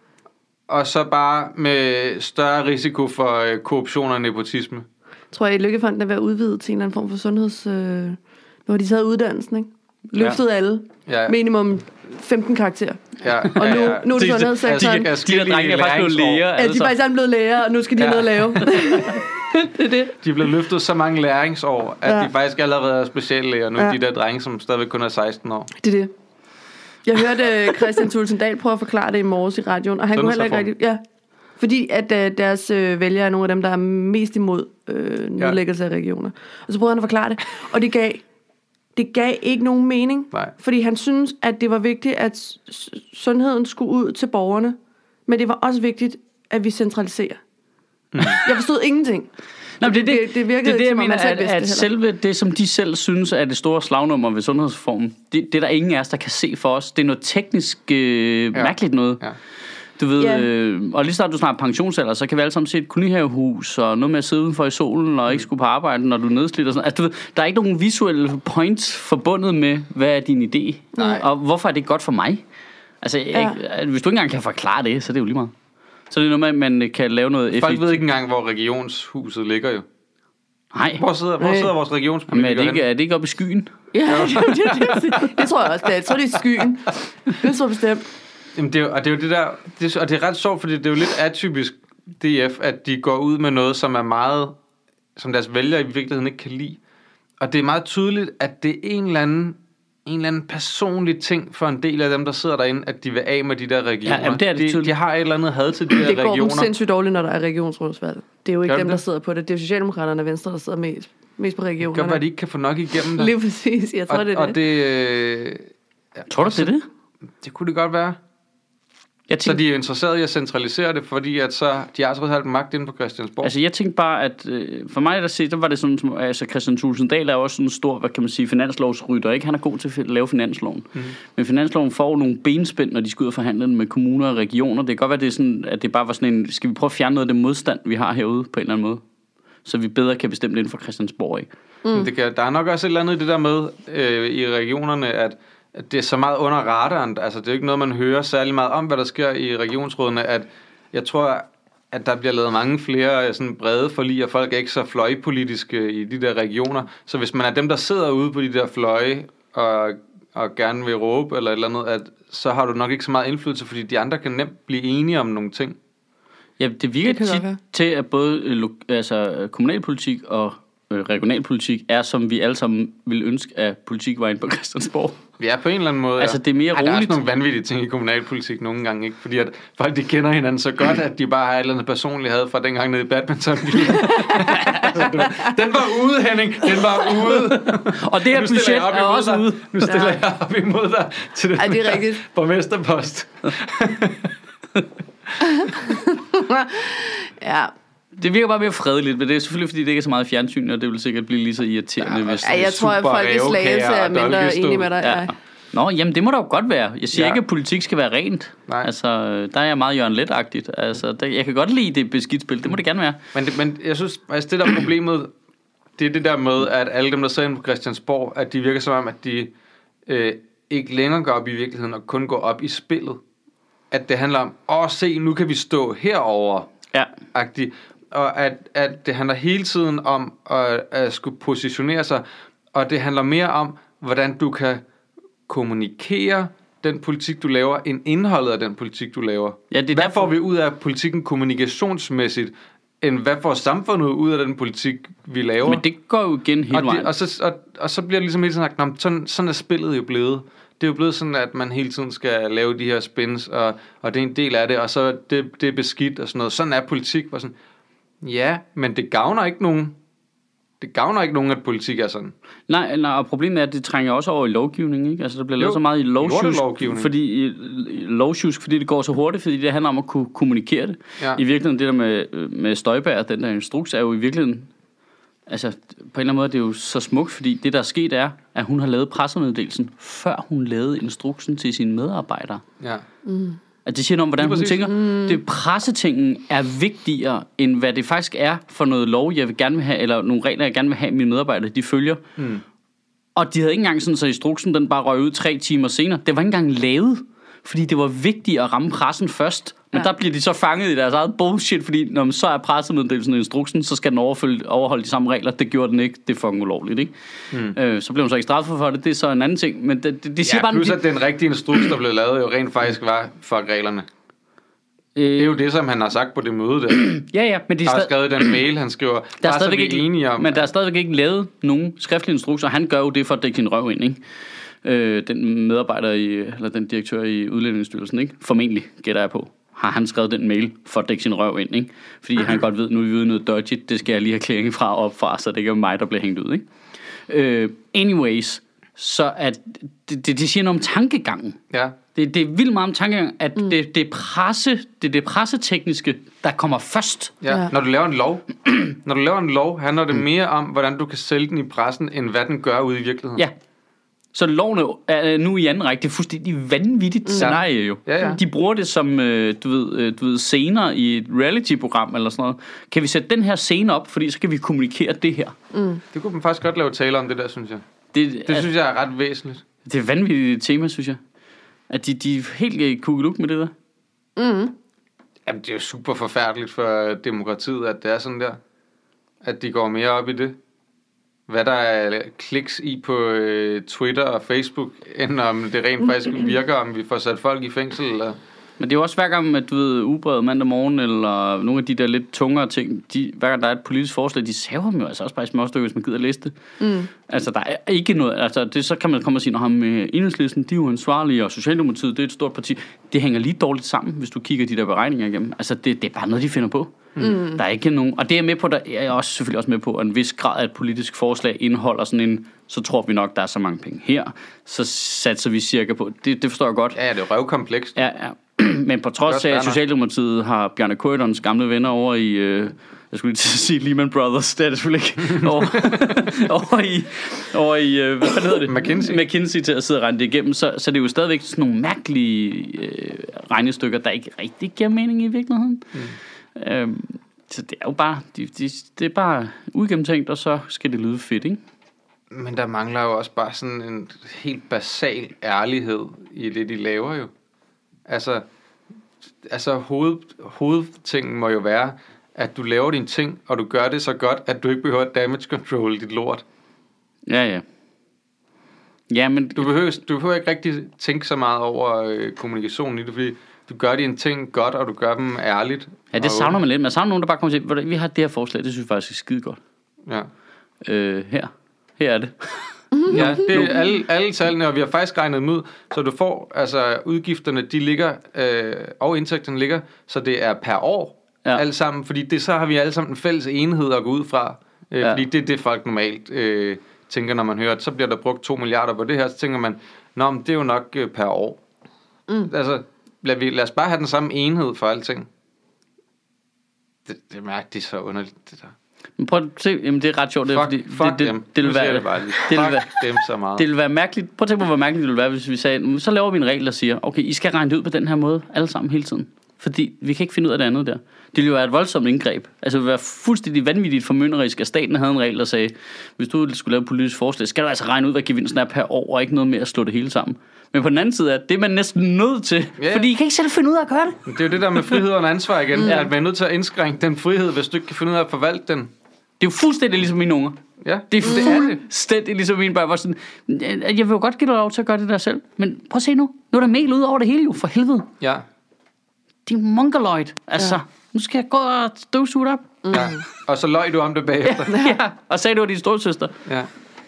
og så bare med større risiko for øh, korruption og nepotisme. Tror jeg, at Løkkefonden er ved at udvide til en eller anden form for sundheds... Øh, nu har de taget uddannelsen, ikke? Løftet ja. alle. Ja. Minimum femten karakterer. Ja. Og nu, ja, ja. nu er det sundhedssektoren. De, de, de der drenge er faktisk blevet læger. Ja, de er faktisk blevet læger, og nu skal de ja. ned og lave. det er det. De er blevet løftet så mange læringsår, at ja. de faktisk allerede er speciallæger nu, ja. de der drenge, som stadigvæk kun er seksten år. Det er det. Jeg hørte Christian Thulesen Dahl prøve at forklare det i morges i radioen, og han kunne heller ikke rigtig... Ja, fordi at uh, deres uh, vælgere er nogle af dem, der er mest imod uh, nedlæggelse ja. af regioner. Og så prøvede han at forklare det, og det gav, det gav ikke nogen mening. Nej. Fordi han synes, at det var vigtigt, at s- sundheden skulle ud til borgerne, men det var også vigtigt, at vi centraliserer. Mm. Jeg forstod ingenting. Nå, det, det, det, det virkede det er det, jeg mener, at, at det selve det, som de selv synes er det store slagnummer ved sundhedsreformen, det, det er der ingen af os, der kan se for os. Det er noget teknisk øh, ja. mærkeligt noget. Du ved, yeah. øh, og lige snart du snakker pensionsalder, så kan vi alle sammen se et kolonihavehus, og noget med at sidde udenfor i solen, og ikke skulle på arbejde, når du er nedslidt og sådan. Altså, du ved, der er ikke nogen visuelle points forbundet med, hvad er din idé, Nej. og hvorfor er det godt for mig? Altså, ja. jeg, hvis du ikke engang kan forklare det, så er det jo lige meget. Så det er noget med, at man kan lave noget effektivt. Folk ved ikke engang, hvor regionshuset ligger jo. Nej. Hvor sidder, hvor sidder vores regionspolitikere? Men er det, ikke, er det ikke oppe i skyen? Ja, det, det, det, det tror jeg også, det er. Jeg tror, det er skyen. Det er så bestemt. Jamen, det er, og det er jo det der, det er, og det er ret sjovt, fordi det er jo lidt atypisk D F, at de går ud med noget, som er meget, som deres vælgere i virkeligheden ikke kan lide. Og det er meget tydeligt, at det er en eller anden, en eller anden personlig ting for en del af dem, der sidder derinde, at de vil af med de der regioner. Ja, jamen, det er det de, de har et eller andet had til de der det regioner. Det går dem sindssygt dårligt, når der er regionsrådsvalg. Det er jo ikke Gør dem, det? der sidder på det. Det er jo Socialdemokraterne og Venstre, der sidder mest, mest på regionerne. Gør, hvad de ikke kan få nok igennem der. Lige præcis. Jeg tror, og, det er og det. det øh, ja, Tror du, det er det? Det kunne det godt være. Jeg tænkte, Så de er interesseret i at centralisere det, fordi at så, de har trods alt magt inde på Christiansborg. altså jeg tænkte bare, at øh, for mig der set, der var det sådan, som, altså Kristian Thulesen Dahl er jo også sådan en stor, hvad kan man sige, finanslovsrytter, ikke? Han er god til at lave finansloven. Mm. Men finansloven får nogle benspænd, når de skal ud og forhandle den med kommuner og regioner. Det kan godt være, det er sådan, at det bare var sådan en, skal vi prøve at fjerne noget af det modstand, vi har herude på en eller anden måde? Så vi bedre kan bestemme det inden for Christiansborg, ikke? Mm. Det kan, der er nok også et eller andet i det der med øh, i regionerne, at at det er så meget under radaren, altså det er jo ikke noget, man hører særlig meget om, hvad der sker i regionsrådene, at jeg tror, at der bliver lavet mange flere sådan brede forlig, og folk er ikke så fløjpolitiske i de der regioner, så hvis man er dem, der sidder ude på de der fløje, og, og gerne vil råbe eller et eller andet, at, så har du nok ikke så meget indflydelse, fordi de andre kan nemt blive enige om nogle ting. Ja, det virker det tit til, at både øh, lo- altså, kommunalpolitik og øh, regionalpolitik er, som vi alle sammen ville ønske, at politik var inde på Christiansborg. Ja, på en eller anden måde. Altså, det er mere Ej, roligt. der er også nogle vanvittige ting i kommunalpolitik nogle gange, ikke? Fordi at folk, de kender hinanden så godt, at de bare har et eller andet personligt had fra dengang nede i badminton. Den var ude, Henning. Den var ude. Og det her budget er også dig. ude. Nu stiller ja. jeg op imod dig til den Ej, det er rigtigt. borgmesterpost. Ja. Det virker bare mere fredeligt, men det er selvfølgelig, fordi det ikke er så meget fjernsyn, og det vil sikkert blive lige så irriterende, Ja, hvis... Ej, jeg tror, at folk i Slagelse er mindre enige med dig. Ja. Nå, jamen det må da jo godt være. Jeg siger Ja. ikke, at politik skal være rent. Nej. Altså, der er jeg meget Jørgen Let-agtigt. Altså, der, jeg kan godt lide det beskidt spil. Det må det gerne være. Men, det, men jeg synes, altså det der er problemet, det er det der med, at alle dem, der sidder inde på Christiansborg, at de virker som om, at de øh, ikke længere går op i virkeligheden, og kun går op i spillet. At det handler om, åh se, nu kan vi stå herover. Ja. Agtigt. Og at, at det handler hele tiden om at, at skulle positionere sig, og det handler mere om, hvordan du kan kommunikere den politik, du laver, end indholdet af den politik, du laver. Ja, det er hvad derfor... får vi ud af politikken kommunikationsmæssigt, end hvad får samfundet ud af den politik, vi laver? Men det går jo igen hele og, vejen. det, og, så, og, og så bliver det ligesom hele tiden sagt, sådan, sådan er spillet jo blevet. Det er jo blevet sådan, at man hele tiden skal lave de her spins, og, og det er en del af det, og så det, det er beskidt og sådan noget. Sådan er politik. Og sådan, ja, men det gavner ikke nogen. Det gavner ikke nogen, at politik er sådan. Nej, nej, og problemet er, at det trænger også over i lovgivningen, ikke? Altså, der bliver lavet Jo, så meget i lovsjusk, fordi, i, i lovsjusk, fordi det går så hurtigt, fordi det handler om at kunne kommunikere det. Ja. I virkeligheden, det der med, med Støjberg, den der instruks, er jo i virkeligheden, altså på en eller anden måde, det er jo så smukt, fordi det, der er sket, er, at hun har lavet pressemeddelelsen, før hun lavede instruksen til sine medarbejdere. Ja. Mm. At det siger noget om, hvordan hun tænker, mm. det pressetingen er vigtigere, end hvad det faktisk er for noget lov, jeg vil gerne vil have, eller nogle regler, jeg gerne vil have, mine medarbejdere, de følger. Mm. Og de havde ikke engang sådan, så instruksen, den bare røg ud tre timer senere. Det var ikke engang lavet, fordi det var vigtigt at ramme pressen først. Men ja. Der bliver de så fanget i deres eget bullshit, fordi når man så er pressemeddelelsen og instruksen, så skal den overfølge, overholde de samme regler. Det gjorde den ikke. Det er fucking ulovligt, ikke? Mm. Øh, så blev hun så ikke straffet for det. Det er så en anden ting. Men det, det, det siger ja, bare... plus at den rigtige instruks, der blev lavet, jo rent faktisk var for reglerne. Øh, det er jo det, som han har sagt på det møde der. ja, ja, men de har skrevet den mail, han skriver. Der er stadigvæk ikke enige om. Men der er stadigvæk ikke lavet nogen skriftlige instrukser. Han gør jo det for at dække sin røv ind, ikke? Øh, den medarbejder i, eller den direktør i Udlændingsstyrelsen, ikke? Formentlig gætter jeg på. Har han skrevet den mail for at dække sin røv ind, ikke? Fordi han godt ved, nu er vi ude noget dodgy, det skal jeg lige have klæring fra op fra, så det ikke er mig, der bliver hængt ud, ikke? Øh, anyways, så at det, det, det siger noget om tankegangen. Ja. Det, det er vildt meget om tankegangen, at mm. det, det, presse, det er det pressetekniske, der kommer først. Ja. Ja. Når du laver en lov, når du laver en lov, handler det mere om, hvordan du kan sælge den i pressen, end hvad den gør ude i virkeligheden. Ja. Så loven er nu i anden række. Det er fuldstændig vanvittigt mm. scenarie jo. Ja, ja. De bruger det som, øh, du ved, øh, du ved, scener i et reality-program eller sådan noget. Kan vi sætte den her scene op, fordi så kan vi kommunikere det her. Mm. Det kunne man faktisk godt lave tale om, det der, synes jeg. Det, det at, synes jeg er ret væsentligt. Det er et vanvittigt tema, synes jeg. At de, de er helt kukkeluk med det der. Mm. Jamen, det er jo super forfærdeligt for demokratiet, at det er sådan der. At de går mere op i det. Hvad der er kliks i på øh, Twitter og Facebook, end om det rent faktisk virker, om vi får sat folk i fængsel. Eller... Men det er jo også hver gang, at du ved, Ugebrevet mandag morgen, eller nogle af de der lidt tungere ting, de, hver gang der er et politisk forslag, de saver dem jo altså også bare i småstykker, hvis man gider læse det. Mm. Altså, der er ikke noget, altså, det, så kan man komme og sige, når ham med Enhedslisten, de er jo ansvarlige, og Socialdemokratiet, det er et stort parti. Det hænger lige dårligt sammen, hvis du kigger de der beregninger igennem. Altså, det, det er bare noget, de finder på. Mm. Der er ikke nogen, og det er med på, der jeg er også selvfølgelig også med på, at en vis grad af et politisk forslag indeholder sådan en, så tror vi nok, der er så mange penge her, så satser vi cirka på, det, det forstår jeg godt. Ja, det er røvkomplekst. Ja, ja. Men på trods af, at Socialdemokratiet har Bjarne Corydons gamle venner over i, øh, jeg skulle lige sige Lehman Brothers, det er det selvfølgelig ikke, over, over i, over i øh, hvad hedder det? McKinsey. McKinsey til at sidde og regne det igennem, så, så det er jo stadigvæk sådan nogle mærkelige øh, regnestykker, der ikke rigtig giver mening i virkeligheden. Mm. Øhm, så det er jo bare, de, de, det er bare uigennemtænkt, og så skal det lyde fedt, ikke? Men der mangler jo også bare sådan en helt basal ærlighed i det, de laver jo. Altså, altså hoved, hovedtingen må jo være, at du laver dine ting, og du gør det så godt, at du ikke behøver at damage control dit lort. Ja, ja. Ja, men... Du behøver, du behøver ikke rigtig tænke så meget over øh, kommunikationen i det, fordi du gør dine ting godt, og du gør dem ærligt. Ja, det savner man lidt. Man savner nogen, der bare kommer til, at vi har det her forslag, det synes jeg faktisk er skide godt. Ja. Øh, her. Her er det. Ja, det er alle, alle tallene, og vi har faktisk regnet dem ud, så du får, altså udgifterne, de ligger, øh, og indtægterne ligger, så det er per år, ja. Alt sammen, fordi det, så har vi alle sammen en fælles enhed at gå ud fra, øh, ja. Fordi det er det, folk normalt øh, tænker, når man hører, at så bliver der brugt to milliarder på det her, så tænker man, nå, men det er jo nok øh, per år. Mm. Altså, lad, vi, lad os bare have den samme enhed for alting. Det, det mærker de så underligt, det der. Men prøv at se, jamen det er ret sjovt, det, fuck, fordi fuck det, det, dem. det, vil være, det bare lige. det Fuck vil være, dem så meget. Det vil være mærkeligt. Prøv at tænke på, hvor mærkeligt det ville være, hvis vi sagde, så laver vi en regel, der siger, okay, I skal regne det ud på den her måde, alle sammen hele tiden. Fordi vi kan ikke finde ud af det andet der. Det ville jo være et voldsomt indgreb. Altså det ville være fuldstændig vanvittigt formynderisk, at staten havde en regel, der sagde, hvis du skulle lave et politisk forslag, skal du altså regne ud, hvad gevinsten er per år, og ikke noget med at slå det hele sammen. Men på den anden side er det er man næsten nødt til, yeah. Fordi I kan ikke selv finde ud af at gøre det. Det er jo det der med frihed og ansvar igen, mm. at man er nødt til at indskrænke den frihed, hvis du ikke kan finde ud af at forvalte den. Det er jo fuldstændig ligesom mine unger. Ja, det er fuldstændig ligesom mine børn. Var sådan, jeg vil jo godt give dig lov til at gøre det der selv, men prøv at se nu. Nu er der mel ud over det hele jo, for helvede. Ja. Din mongoloid. Altså, ja. Nu skal jeg gå og støvsuge op. Mm. Ja. Og så løg du om det bagefter. Ja, ja. Og sagde, du var din storsøster. Ja.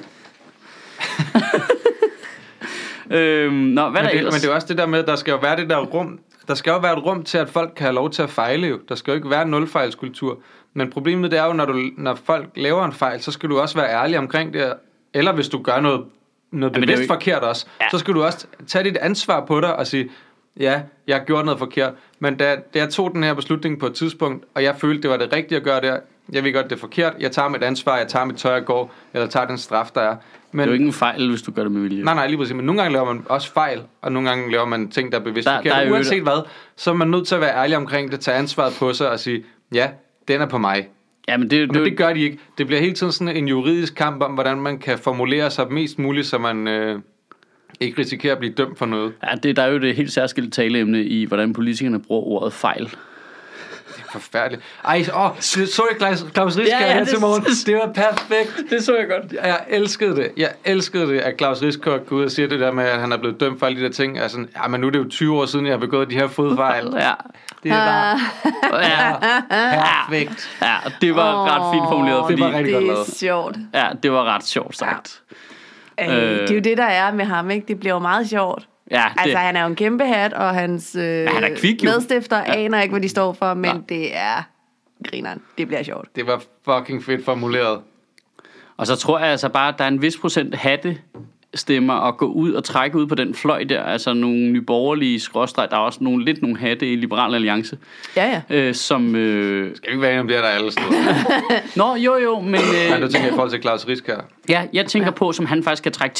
øhm, nå, hvad men, er det, ellers? men det er også det der med, der skal jo være det der rum. Der skal jo være et rum til, at folk kan have lov til at fejle jo. Der skal jo ikke være en nulfejlskultur. Men problemet det er jo, når, du, når folk laver en fejl, så skal du også være ærlig omkring det. Eller hvis du gør noget, noget ja, bevidst ikke... forkert også, ja. Så skal du også tage dit ansvar på dig og sige, ja, jeg har gjort noget forkert. Men da, da jeg tog den her beslutning på et tidspunkt, og jeg følte, det var det rigtige at gøre der, jeg ved godt, det er forkert, jeg tager mit ansvar, jeg tager mit tøj og går, eller tager den straf, der er. Men, det er jo ikke en fejl, hvis du gør det med vilje. Nej, nej, lige præcis. Men nogle gange laver man også fejl, og nogle gange laver man ting, der er bevidst forkert. Der, der uanset hvad, så er man nødt til at være ærlig omkring det, tage ansvaret på sig og sige, ja, den er på mig. Ja, men det, men det gør de ikke. Det bliver hele tiden sådan en juridisk kamp om, hvordan man kan formulere sig mest muligt, så man øh, ikke risikerer at blive dømt for noget. Ja, det, der er jo det helt særskilte taleemne i, hvordan politikerne bruger ordet fejl. Det er forfærdeligt. Ej, åh, så jeg Claus, Claus Riskær ja, ja, her til morgen. Det var perfekt. Det så jeg godt. Jeg elskede det. Jeg elskede det, at Claus Riskær går ud og siger det der med, at han er blevet dømt for alle de der ting. Altså, ja, men nu er det jo tyve år siden, jeg har begået de her fodfejl. Ja. Det er bare ja, perfekt. Ja, det var oh, ret fint formuleret. Fordi, det var rigtig godt lavet. Det er sjovt. Ja, det var ret sjovt sagt. Ja. Øh, det er jo det, der er med ham, ikke? Det bliver jo meget sjovt. Ja, det... Altså, han er jo en kæmpe hat, og hans øh, ja, han er kvik, medstifter ja. aner ikke, hvad de står for, men ja. det er grineren. Det bliver sjovt. Det var fucking fedt formuleret. Og så tror jeg altså bare, at der er en vis procent hatte stemmer at gå ud og trække ud på den fløj der, altså nogle nyborgerlige skråstreg, der er også nogle, lidt nogle hatte i Liberal Alliance. Ja, ja. Øh, som... Øh... Skal vi ikke være enige om det, der alle steder? Nå, jo, jo, men... Øh... Men du tænker i forhold til Claus Riskær? Ja, jeg tænker ja. på, som han faktisk kan trække til sig.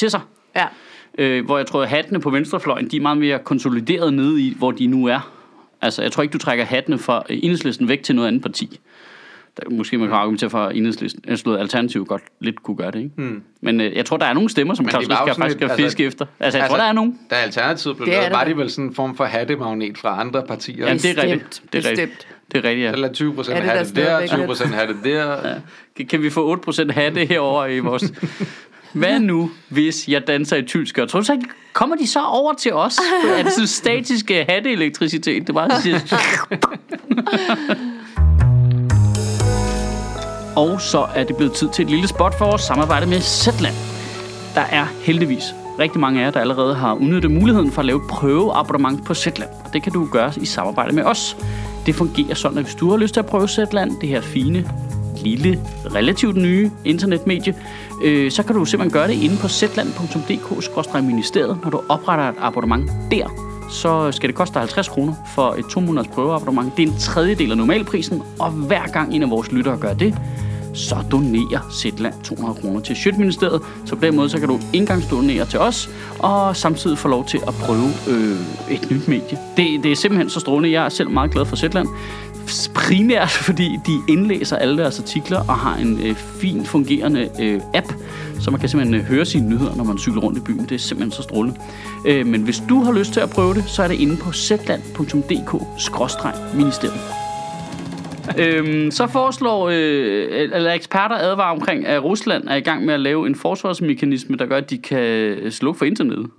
Ja. Øh, hvor jeg tror, at hattene på venstrefløjen, de er meget mere konsolideret nede i, hvor de nu er. Altså, jeg tror ikke, du trækker hattene fra Enhedslisten væk til noget andet parti. Der, måske man kan argumentere for, at Enhedslisten, altså Alternativ godt lidt kunne gøre det, ikke? Hmm. Men øh, jeg tror, der er nogle stemmer, som Claus Riskær faktisk skal altså, fiske efter. Altså, jeg altså, tror, der er nogen. Da Alternativet blev lavet, var de vel sådan en form for hattemagnet fra andre partier? Ja, det er rigtigt. Det er rigtigt. Det er rigtigt, ja. Eller tyve procent hatte der, tyve procent hatte der. Ja. Kan vi få otte procent hatte herover i vores... Hvad nu, hvis jeg danser i tylskør? Tror du så ikke, kommer de så over til os? Er det sådan statiske hatteelektricitet? Det bare siger... Og så er det blevet tid til et lille spot for vores samarbejde med Zetland. Der er heldigvis rigtig mange af jer, der allerede har udnyttet muligheden for at lave prøveabonnement på Zetland. Det kan du gøre i samarbejde med os. Det fungerer sådan, at hvis du har lyst til at prøve Zetland, det her fine, lille, relativt nye internetmedie, øh, så kan du simpelthen gøre det inde på zetland punktum d k skråstreg ministeriet. Når du opretter et abonnement der, så skal det koste dig halvtreds kroner for et to måneders prøveabonnement. Det er en tredjedel af normalprisen, og hver gang en af vores lyttere gør det, så donerer Zetland to hundrede kroner til Sjøtministeriet. Så på den måde, så kan du engangsdonere til os, og samtidig få lov til at prøve øh, et nyt medie. Det, det er simpelthen så strålende. Jeg er selv meget glad for Zetland. Primært fordi de indlæser alle deres artikler og har en øh, fint fungerende øh, app, så man kan simpelthen øh, høre sine nyheder, når man cykler rundt i byen. Det er simpelthen så strålende. Øh, men hvis du har lyst til at prøve det, så er det inde på zetland punktum d k skråstreg ministeriet. Øhm, så foreslår øh, eller eksperter advarer omkring, at Rusland er i gang med at lave en forsvarsmekanisme, der gør, at de kan slukke for internettet.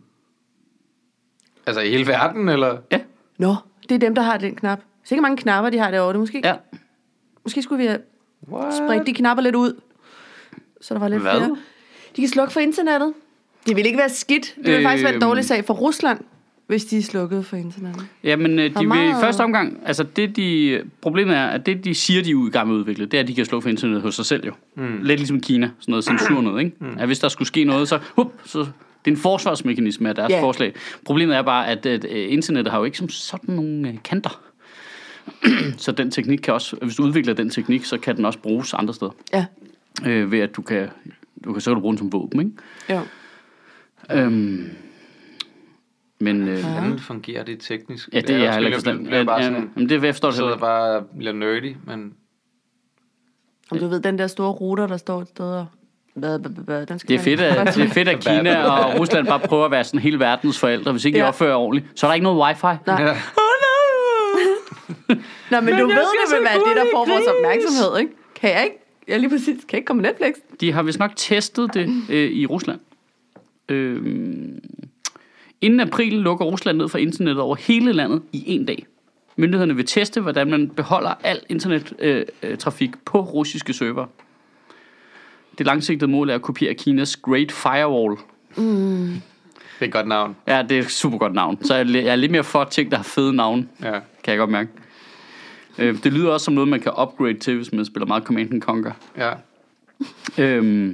Altså i hele verden, eller? Ja. Nå, det er dem, der har den knap. Så ikke mange knapper, de har derovre. Det måske, ja. Måske skulle vi have spredt de knapper lidt ud, så der var lidt Hvad? flere. De kan slukke for internettet. Det vil ikke være skidt. Det vil øh, faktisk være en dårlig sag for Rusland, hvis de er slukket for internettet. Jamen, de vil i første omgang, altså det de, problemet er, at det de siger, de er i gang med at udvikle, det er, at de kan slukke for internettet hos sig selv jo. Mm. Lidt ligesom Kina, sådan noget censur noget, ikke? Mm. At hvis der skulle ske noget, så, hup, så det er en forsvarsmekanisme af deres yeah. forslag. Problemet er bare, at, at internettet har jo ikke som sådan nogle kanter. Så den teknik kan også, hvis du udvikler den teknik, så kan den også bruges andre steder. Ja. Øh, ved at du kan, du kan så bruge den som våben, ikke? Ja. Øhm, men øh, hvordan fungerer det teknisk? Ja, det er jeg heller ikke forstand. Det er bare sådan, ja, det er, jeg forstår det så er bare lidt nerdy, men... Om du ved, den der store router, der står et sted og... Den det er fedt, at, det er fedt, at Kina og Rusland bare prøver at være sådan hele verdens forældre. Hvis ikke de ja. opfører ordentligt, så er der ikke noget wifi. Nej. Ja. Nå, men, men du ved, det vil være det, der får vores opmærksomhed, ikke? Kan jeg ikke? Jeg lige præcis. Kan jeg ikke komme med Netflix? De har vist nok testet det øh, i Rusland. Øh, inden april lukker Rusland ned for internettet over hele landet i en dag. Myndighederne vil teste, hvordan man beholder al internettrafik øh, på russiske server. Det langsigtede mål er at kopiere Kinas Great Firewall. Mm. Det er et godt navn. Ja, det er et super godt navn. Så jeg er lidt mere for ting, der har fede navn. Ja. Kan jeg godt mærke. Det lyder også som noget, man kan upgrade til, hvis man spiller meget Command and Conquer. Ja. Øhm.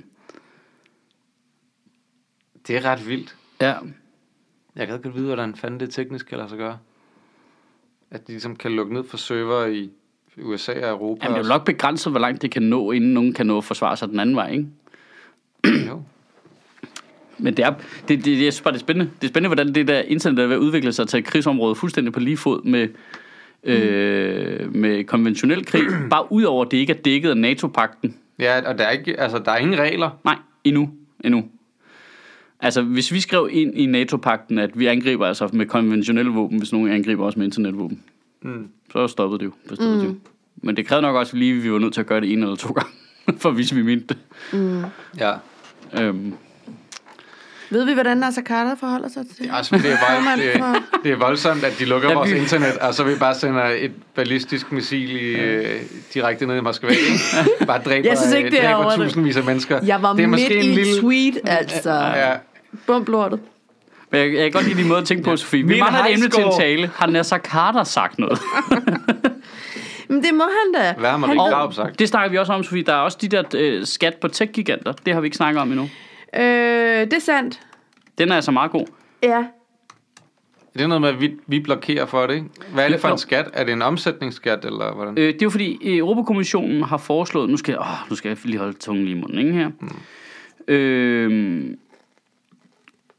Det er ret vildt. Ja. Jeg kan ikke vide, hvordan fanden det teknisk kan lade sig gøre. At de ligesom kan lukke ned for server i U S A og Europa. Jamen, det er jo nok begrænset, hvor langt det kan nå, inden nogen kan nå at forsvare sig den anden vej, ikke? Jo. Men det er, det, det, jeg synes bare, det er spændende. Det er spændende, hvordan det der internet er ved at udvikle sig til et krigsområde fuldstændig på lige fod med, mm. øh, med konventionel krig. Bare ud over, at det ikke er dækket af NATO-pakten. Ja, og der er, ikke, altså, der er ingen regler. Nej, endnu. endnu. Altså, hvis vi skrev ind i NATO-pakten, at vi angriber altså med konventionelle våben, hvis nogen angriber også med internetvåben, mm. så stoppede det jo på stedet. Mm. Men det krævede nok også lige, at vi var nødt til at gøre det en eller to gange, for at vise, vi mente det. Mm. Ja. Øhm. Ved vi, hvordan Nasser Carter forholder sig til det? Ja, altså, det, er vold, det, det er voldsomt, at de lukker ja, vores vi... internet, og så vi bare sender et ballistisk missil i, ja. øh, direkte ned i Moskva. Bare dræber, jeg synes ikke, det dræber er tusindvis af mennesker. Jeg var det er midt i en lille... tweet, altså. Ja. Bumblortet. Men jeg, jeg kan godt lide din måde at tænke på, Sofie. Vi mangler et emne til en tale. Har Nasser Carter sagt noget? Men det må han da. Hvad har man ikke Graup sagt? Det snakker vi også om, Sofie. Der er også de der øh, skat på tech-giganter. Det har vi ikke snakket om endnu. Øh, det er sandt. Den er altså meget god. Ja. Det er noget med, at vi, vi blokerer for det, ikke? Hvad er det for en skat? Er det en omsætningsskat, eller hvordan? Øh, det er jo fordi, Europakommissionen har foreslået... Nu skal jeg, åh, nu skal jeg lige holde tungen lige i munden, ikke her? Hmm. Øh,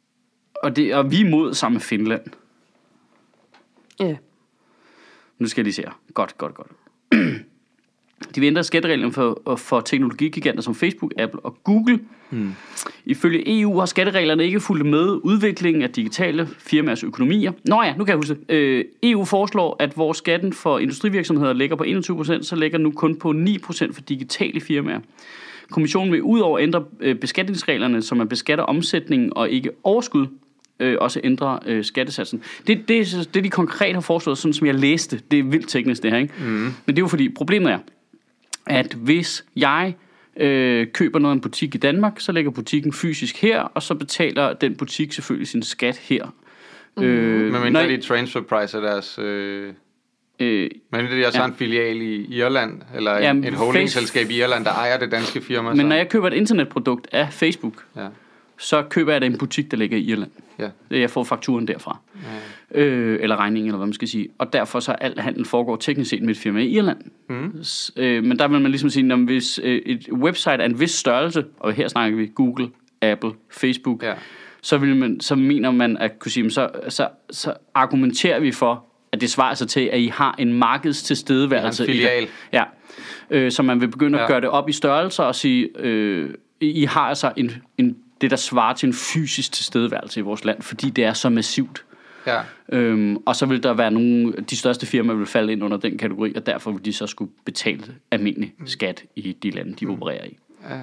og, det, og vi er imod sammen med Finland. Ja. Yeah. Nu skal jeg lige se her. Godt, godt, godt. De vil ændre skattereglerne for, for teknologigiganter som Facebook, Apple og Google. Hmm. Ifølge E U har skattereglerne ikke fulgt med udviklingen af digitale firmaers økonomier. Nå ja, nu kan jeg huske det. Øh, E U foreslår, at hvor skatten for industrivirksomheder ligger på enogtyve procent, så ligger nu kun på ni procent for digitale firmaer. Kommissionen vil udover ændre øh, beskatningsreglerne, som er beskatter omsætningen og ikke overskud, øh, også ændre øh, skattesatsen. Det, det, det de konkret har foreslået, sådan som jeg læste, det er vildt teknisk det her, ikke? Mm. Men det er jo fordi, problemet er, at hvis jeg øh, køber noget af en butik i Danmark, så lægger butikken fysisk her, og så betaler den butik selvfølgelig sin skat her. Mm. Øh, Men mindre de transfer price af deres... Øh, øh, men det er også ja. en filial i Irland, eller ja, et holdingselskab i Irland, der ejer det danske firma. Men så. Når jeg køber et internetprodukt af Facebook, ja. så køber jeg det en butik, der ligger i Irland. Ja. Jeg får fakturen derfra. Ja. Øh, eller regningen, eller hvad man skal sige. Og derfor så al handel foregår teknisk set med et firma i Irland. Mm. S- øh, men der vil man ligesom sige, at hvis øh, et website er en vis størrelse, og her snakker vi Google, Apple, Facebook, ja. så, vil man, så mener man at kunne sige, så, så, så argumenterer vi for, at det svarer sig til, at I har en markedstilstedeværelse. En filial. I ja. øh, så man vil begynde ja. at gøre det op i størrelser og sige, øh, I har altså en, en det, der svarer til en fysisk tilstedeværelse i vores land, fordi det er så massivt. Ja. Øhm, og så vil der være nogle, de største firmaer vil falde ind under den kategori, og derfor vil de så skulle betale almindelig skat i de lande, de opererer i. Ja.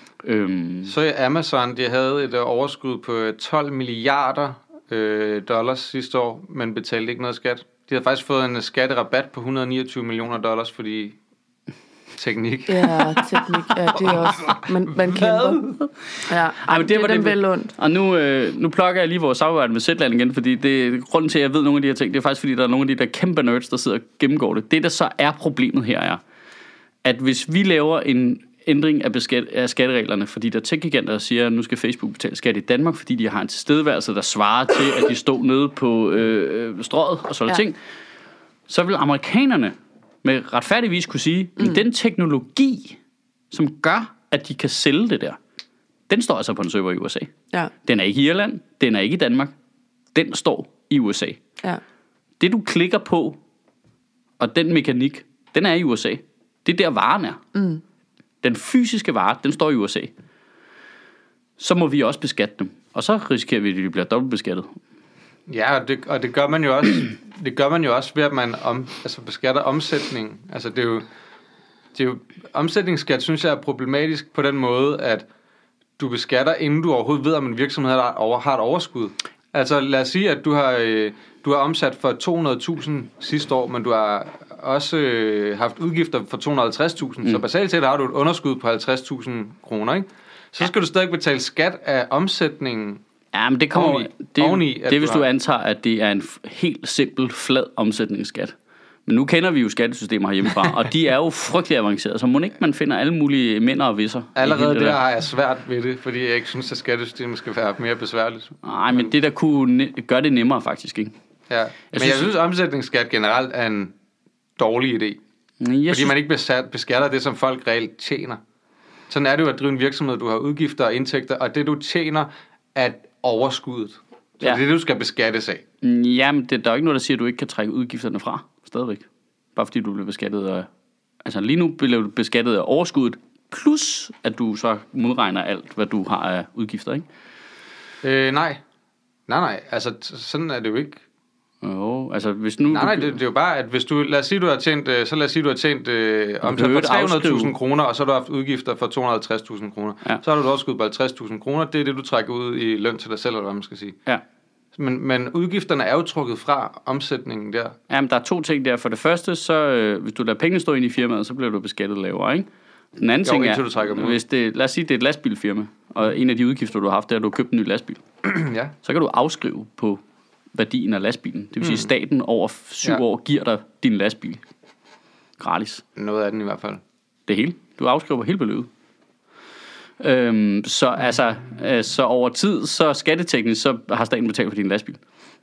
Øhm, så Amazon, de havde et overskud på tolv milliarder øh, dollars sidste år, men betalte ikke noget skat. De havde faktisk fået en skatterabat på et hundrede og niogtyve millioner dollars, fordi teknik. Ja, teknik. Ja, det er også... Man, man kæmper. Ja, Ej, men det, det var dem vel ondt. Og nu, øh, nu plukker jeg lige vores samarbejde med Zetland igen, fordi det, grunden til, at jeg ved nogle af de her ting, det er faktisk, fordi der er nogle af de der kæmpe nerds, der sidder og gennemgår det. Det, der så er problemet her, er, at hvis vi laver en ændring af, beskat, af skattereglerne, fordi der er tech-giganter, der siger, at nu skal Facebook betale skat i Danmark, fordi de har en tilstedeværelse, der svarer til, at de står nede på øh, strøget og sådan ja. ting, så vil amerikanerne med retfærdigvis kunne sige, at mm. den teknologi, som gør, at de kan sælge det der, den står altså på en server i U S A. Ja. Den er ikke i Irland, den er ikke i Danmark, den står i U S A. Ja. Det du klikker på, og den mekanik, den er i U S A. Det er der varen er. Mm. Den fysiske vare, den står i U S A. Så må vi også beskatte dem. Og så risikerer vi, at de bliver dobbeltbeskattet. Ja, og det, og det gør man jo også. Det gør man jo også ved, at man om, altså beskatter omsætning. Altså det er jo, det er jo omsætningsskat, synes jeg er problematisk på den måde, at du beskatter, inden du overhovedet ved, om en virksomhed har et overskud. Altså lad os sige, at du har, øh, du har omsat for to hundrede tusind sidste år, men du har også øh, haft udgifter for to hundrede og halvtreds tusind. Mm. Så basalt set har du et underskud på halvtreds tusind kroner, ikke? Så skal du stadig betale skat af omsætningen. Ja, men det kommer oveni, det, oveni, det er, hvis du antager, at det er en helt simpel, flad omsætningsskat. Men nu kender vi jo skattesystemer herhjemmefra, og de er jo frygtelig avancerede, så må ikke man finder alle mulige mænder og visser. Allerede der har jeg svært ved det, fordi jeg ikke synes, at skattesystemet skal være mere besværligt. Nej, men det der kunne gøre det nemmere faktisk, ikke? Ja, jeg men synes, jeg synes, at omsætningsskat generelt er en dårlig idé. Fordi synes... man ikke besat, beskatter det, som folk reelt tjener. Sådan er det jo at drive en virksomhed, du har udgifter og indtægter, og det du tjener er overskuddet. Så ja. det er det, du skal beskattes af. Jamen, det, der er ikke noget, der siger, at du ikke kan trække udgifterne fra. Stadigvæk. Bare fordi du bliver beskattet af... Altså lige nu bliver du beskattet af overskuddet, plus at du så modregner alt, hvad du har af udgifter, ikke? Øh, nej. Nej, nej. Altså, sådan er det jo ikke. Jo, altså hvis nu... Nej, nej, det, det er jo bare, at hvis du... Lad os sige, du har tjent... Så lad os sige, du har tjent øh, omsat for tre hundrede tusind kroner, og så har du haft udgifter for to hundrede og halvtreds tusind kroner. Ja. Så har du et overskud på halvtreds tusind kroner. Det er det, du trækker ud i løn til dig selv, eller hvad man skal sige. Ja. Men, men udgifterne er jo trukket fra omsætningen der. Jamen, der er to ting der. For det første, så øh, hvis du lader pengene stå ind i firmaet, så bliver du beskattet lavere, ikke? Den anden jo, ting er, du hvis det, lad os sige, det er et lastbilfirma, og en af de udgifter, du har haft, det er, at du har købt en ny lastbil. Ja. Så kan du afskrive på værdien af lastbilen. Det vil sige, at staten over syv ja. år giver dig din lastbil gratis. Noget af den i hvert fald. Det hele. Du afskriver på hele beløbet. Øhm, så altså, øh, så over tid, så skatteteknisk, så har staten betalt for din lastbil.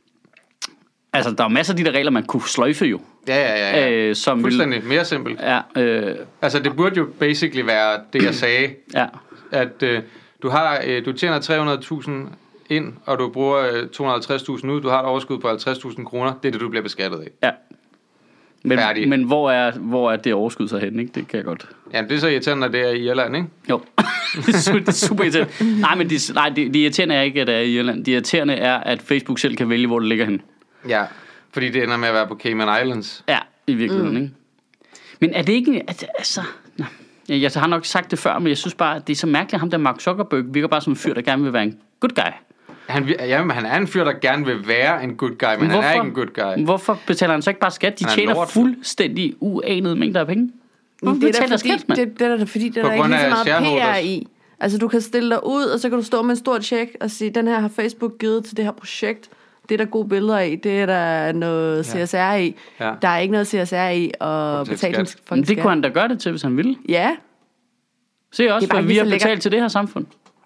Altså, der er masser af de der regler, man kunne sløjfe jo. Ja, ja, ja. ja. Øh, som Fuldstændig. Vil, mere simpelt. Ja, øh, altså, det burde jo basically være det, jeg sagde. Ja. At øh, du har, øh, du tjener tre hundrede tusind ind, og du bruger to hundrede og halvtreds tusind ud, du har et overskud på halvtreds tusind kroner, det er det, du bliver beskattet af. Ja. Men, men hvor, er, hvor er det overskud så hen, ikke? Det kan jeg godt. Jamen, det er så irriterende, at det er i Irland, ikke? Jo, det er super irriterende. Nej, men det, nej, det, det irriterende er ikke, at det er i Irland. Det irriterende er, at Facebook selv kan vælge, hvor det ligger hen. Ja, fordi det ender med at være på Cayman Islands. Ja, i virkeligheden, mm. ikke? Men er det ikke... Altså... Nej. Jeg har nok sagt det før, men jeg synes bare, at det er så mærkeligt, at ham der Mark Zuckerberg virker bare som en fyr, der gerne vil være en good guy. Han, jamen, han er en fyr, der gerne vil være en good guy, men, men hvorfor, han er ikke en good guy. Hvorfor betaler han så ikke bare skat? De tjener lort, fuldstændig uanede mængder af penge. Hvorfor det betaler der, fordi, skat, mand? Det, det er der fordi, det er der ikke lige så meget P R i. Altså, du kan stille dig ud, og så kan du stå med en stor check og sige, den her har Facebook givet til det her projekt. Det er der gode billeder i. Det er der noget C S R i. Ja. Der er ikke noget C S R i at betale for skat. Men det kunne han da gøre det til, hvis han ville. Ja. Se også, hvad vi har betalt lækker. til det her samfund.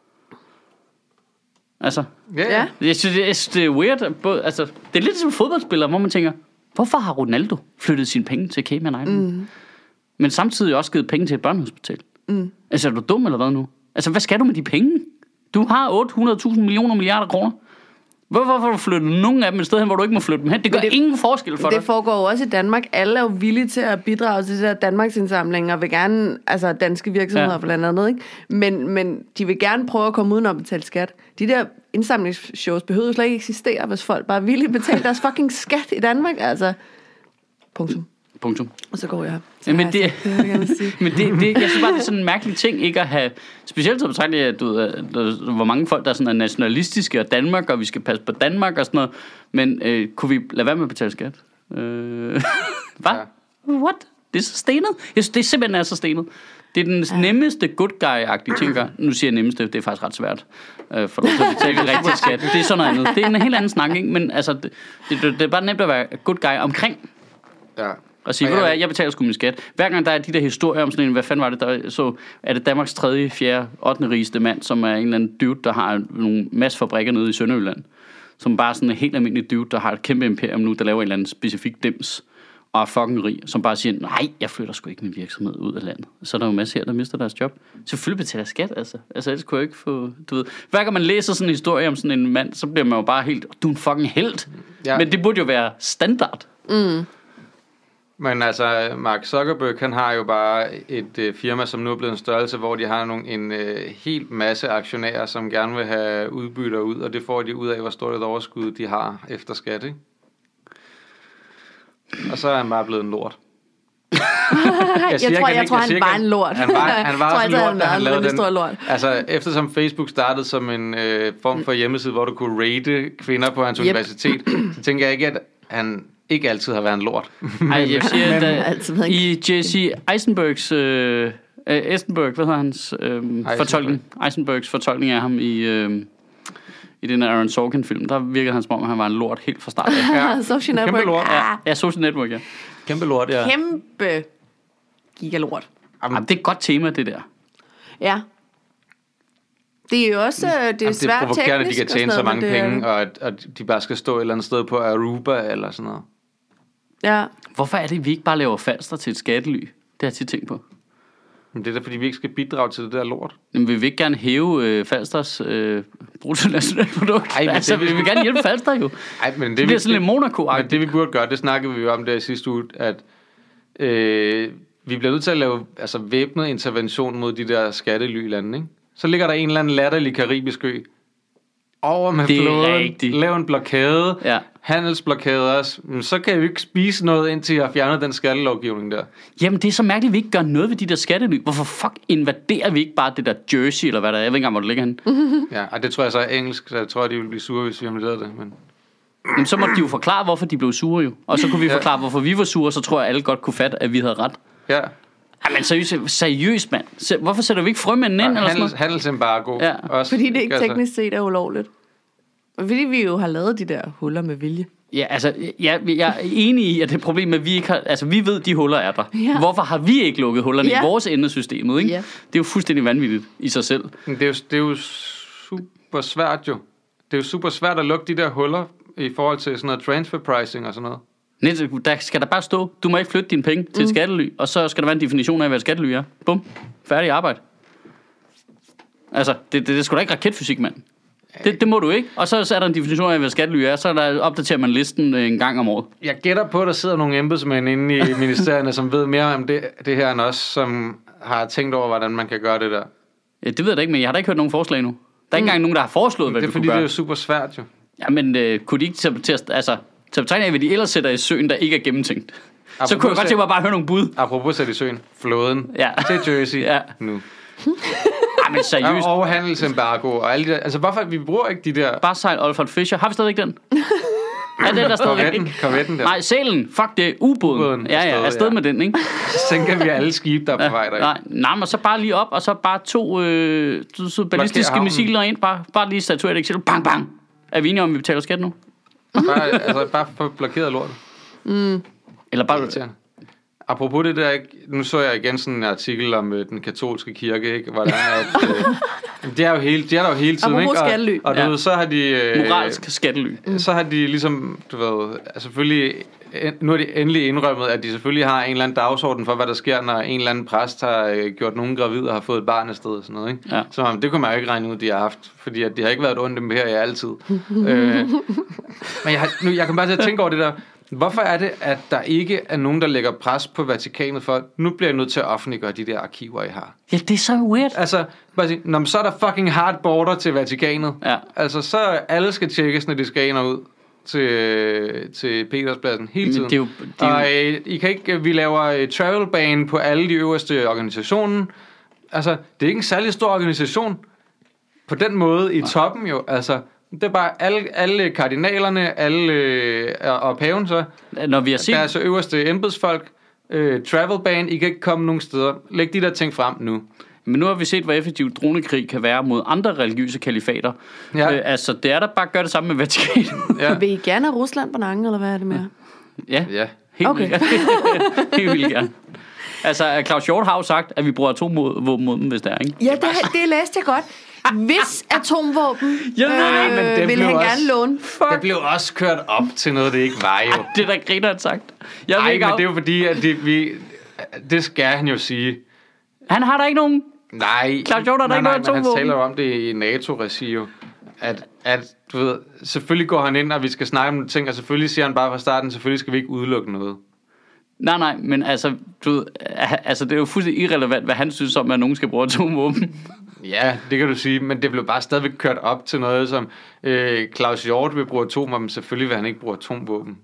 Altså, yeah. ja. jeg synes, det, er, det er weird. Både, altså, det er lidt som fodboldspillere, hvor man tænker, hvorfor har Ronaldo flyttet sine penge til Cayman Island? Mm. Men samtidig også givet penge til et børnehospital. Mm. Altså, er du dum eller hvad nu? Altså, hvad skal du med de penge? Du har otte hundrede tusind millioner milliarder kroner. Hvorfor får du flyttet nogle af dem et sted hen, hvor du ikke må flytte dem hen? Det gør det, ingen forskel for det dig. Det foregår jo også i Danmark. Alle er jo villige til at bidrage til det der Danmarks indsamling, og vil gerne, altså danske virksomheder ja. blandt andet, ikke? Men, men de vil gerne prøve at komme uden at betale skat. De der indsamlingsshows behøver slet ikke eksistere, hvis folk bare er villige at betale deres fucking skat i Danmark, altså. Punktum. Punktum. Og så går jeg. Så ja, men det, sagt, det, jeg sige. men det, det, jeg synes bare, det er sådan en mærkelig ting, ikke at have, specielt så betragtet, at du ved, hvor mange folk, der er sådan er nationalistiske, og Danmark, og vi skal passe på Danmark, og sådan noget, men øh, kunne vi lade være med at betale skat? Øh, hvad? Ja. What? Det er så stenet. Jeg synes, det er simpelthen er så stenet. Det er den ja. nemmeste good guy-agtige ting, gør. Nu siger jeg nemmeste, det er faktisk ret svært. Øh, for lov til at betale rigtig skat. Det er sådan noget andet. Det er en helt anden snak, ikke? Men altså, det, det, det er bare nemt at være good guy omkring. Ja. Og sige, ved du hvad, jeg betaler sgu min skat. Hver gang der er de der historier om sådan en, hvad fanden var det, der så, er det Danmarks tredje, fjerde, ottende rigeste mand, som er en eller anden dude, der har nogle masse fabrikker nede i Sønderjylland. Som bare sådan en helt almindelig dude, der har et kæmpe imperium nu, der laver en eller anden specifik dims, og er fucking rig, som bare siger, nej, jeg flytter sgu ikke min virksomhed ud af landet. Så er der jo masser her, der mister deres job. Selvfølgelig betaler skat, altså. Altså, ellers kunne jeg ikke få, du ved. Hver gang man læser sådan en historie om sådan en mand, så bliver man jo bare helt, du er en fucking helt. Ja. Men det burde jo være standard. Mm. Men altså, Mark Zuckerberg, han har jo bare et øh, firma, som nu er blevet en størrelse, hvor de har nogle, en øh, helt masse aktionærer, som gerne vil have udbytter ud, og det får de ud af, hvor stort et overskud de har efter skat, ikke? Og så er han bare blevet en lort. jeg, jeg siger, tror, jeg, jeg tror, han var en lort. Han var, han var også en lort, da han lavede den. Lort. Altså, eftersom Facebook startede som en øh, form for hjemmeside, hvor du kunne rate kvinder på hans yep. universitet, så tænker jeg ikke, at han ikke altid har været en lort. Ej, jeg siger, at i Jesse Eisenbergs, øh, Eisenberg, hvad hedder hans øh, fortolkning, Eisenbergs fortolkning af ham i... Øh, i den Aaron Sorkin-film, der virkede han som om, han var en lort helt fra start. Ja, Social Network. Kæmpe lort. Ja, ja, Social Network, ja. Kæmpe lort, ja. Kæmpe gigalort. Jamen, det er et godt tema, det der. Ja. Det er jo også det er Jamen, svært teknisk. Det er provokerende, at de kan tjene så mange det... penge, og at, at de bare skal stå et eller andet sted på Aruba eller sådan noget. Ja. Hvorfor er det, at vi ikke bare laver Falster til et skattely? Det har jeg tit tænkt på. Men det er da, fordi vi ikke skal bidrage til det der lort. Men vi vil ikke gerne hæve øh, Falsters øh, bruttonationalprodukt. Ej, altså, vi vil gerne hjælpe Falster jo. Ej, men det, det bliver sådan lidt Monaco. Men det vi burde gøre, det snakkede vi jo om der i sidste uge, at øh, vi bliver nødt til at lave altså, væbnet intervention mod de der skattely-lande, ikke? Så ligger der en eller anden latterlig karibisk ø over med floden, lav en blokade, ja. handelsblokade også, så kan vi ikke spise noget, indtil jeg har fjernet den skattelovgivning der. Jamen, det er så mærkeligt, at vi ikke gør noget ved de der skattely. Hvorfor fuck invaderer vi ikke bare det der Jersey, eller hvad der er? Jeg ved ikke engang, hvor det ligger henne. Ja, og det tror jeg så er engelsk, så jeg tror, de vil blive sure, hvis vi invaderede det. Men... Jamen, så må de jo forklare, hvorfor de blev sure jo. Og så kunne vi forklare, hvorfor vi var sure, så tror jeg, alle godt kunne fatte, at vi havde ret. Ja. Jamen, seriøst, seriøst mand. Hvorfor sætter vi ikke frømænden ind? Ja, eller handels, handelsembargo. Ja. Også, fordi det ikke teknisk set er ulovligt. Og fordi vi jo har lavet de der huller med vilje. Ja, altså, ja, jeg er enig i, at det er et problem, at vi ikke har... Altså, vi ved, de huller er der. Ja. Hvorfor har vi ikke lukket hullerne ja. i vores ende af systemet, ikke? Ja. Det er jo fuldstændig vanvittigt i sig selv. Men det er jo, det er jo super svært jo. Det er jo super svært at lukke de der huller i forhold til sådan noget transfer pricing og sådan noget. Net, der skal der bare stå, du må ikke flytte dine penge til mm. et skattely, og så skal der være en definition af, hvad et skattely er. Bum. Færdig arbejde. Altså, det, det, det er sgu da ikke raketfysik, mand. Det, det må du ikke. Og så, så er der en definition af, hvad skattely er. Så der opdaterer man listen en gang om året. Jeg gætter på, at der sidder nogle embedsmænd inde i ministerierne, som ved mere om det, det her end os, som har tænkt over, hvordan man kan gøre det der. Ja, det ved jeg da ikke, men jeg har da ikke hørt nogen forslag nu. Der er ikke engang nogen, der har foreslået, hvad vi kunne gøre. Det er fordi, det er super svært jo. Ja, men øh, kunne de ikke tage til at... Altså, til at betegne af, hvad de ellers sætter i søen, der ikke er gennemtænkt? Apropos så kunne jeg godt tænke mig bare at høre nogle bud. Apropos sætte i søen. Flåden. Ja. Til Jersey. Ja. Nu. Ej, men seriøst. Og handelsembargo og alle de der. Altså, hvorfor vi bruger ikke de der... Bare sejl Olfert Fischer. Har vi stadigvæk den? Er den der stadigvæk ikke? Korvetten der. Nej, sælen. Fuck det. Ubåden. Ubåden ja, ja. Er afsted ja. med den, ikke? Så tænker vi alle skibe, der er på ja, vej der. Nej, nej, men så bare lige op, og så bare to øh, så ballistiske missiler ind. Bare, bare lige statuere et eksempel. Bang, bang. Er vi enige om, vi betaler skat nu? Bare, altså, bare for blokeret lort. Mm. Eller bare... Apropos det der, nu så jeg igen sådan en artikel om øh, den katolske kirke, ikke? Hvordan at, øh, det er jo hele, de er der jo hele tiden, ikke? Og, og du ja. ved, så har de... Øh, moralsk skattely. Så har de ligesom, du ved, altså selvfølgelig, nu har de endelig indrømmet, at de selvfølgelig har en eller anden dagsorden for, hvad der sker, når en eller anden præst har øh, gjort nogen gravid og har fået et barn afsted og sådan noget, ikke? Ja. Så det kunne man jo ikke regne ud, de har haft, fordi at det har ikke været ondt dem her i altid. øh, men jeg, har, nu, jeg kan bare til at tænke over det der. Hvorfor er det, at der ikke er nogen, der lægger pres på Vatikanet for, nu bliver jeg nødt til at offentliggøre de der arkiver, I har? Ja, det er så weird. Altså, bare sige, når så er der fucking hard border til Vatikanet. Ja. Altså, så alle skal tjekkes, når de skal ind og ud til, til Peterspladsen hele tiden. Men det er jo, det er jo... Og øh, I kan ikke, vi laver travel ban på alle de øverste organisationer. Altså, det er ikke en særlig stor organisation på den måde i ja. toppen jo, altså... Det er bare alle, alle kardinalerne, alle øh, og paven så. Når vi har set... Der er så øverste embedsfolk. Øh, travel ban, I kan ikke komme nogen steder. Læg de der ting frem nu. Men nu har vi set, hvor effektivt dronekrig kan være mod andre religiøse kalifater. Ja. Øh, altså, det er der bare at gøre det samme med Vatikanet. Ja. Vil I gerne have Rusland på nakken, eller hvad er det med? Ja, ja. Helt okay. vildt Helt vildt gerne. Altså, Claus Hjort har jo sagt, at vi bruger atomvåben mod dem, hvis det er, ikke? Ja, det, det læste jeg godt. Hvis atomvåben ja, nej, øh, men det vil han også, gerne låne. Fuck. Det blev også kørt op til noget, det ikke var jo. Ej, det der griner han sagt. Jeg Nej, men af... det er jo fordi, at det, vi, det skal han jo sige. Han har der ikke nogen... Nej, Claus Hjort har der ikke nogen atomvåben. Han taler om det i NATO-regi jo. At, at, du ved, selvfølgelig går han ind, og vi skal snakke om ting, og selvfølgelig siger han bare fra starten, selvfølgelig skal vi ikke udelukke noget. Nej, nej, men altså, du ved, altså det er jo fuldstændig irrelevant, hvad han synes om, at nogen skal bruge atomvåben. Ja, det kan du sige, men det blev bare stadigvæk kørt op til noget, som øh, Claus Hjort vil bruge atomvåben, selvfølgelig vil han ikke bruge atomvåben.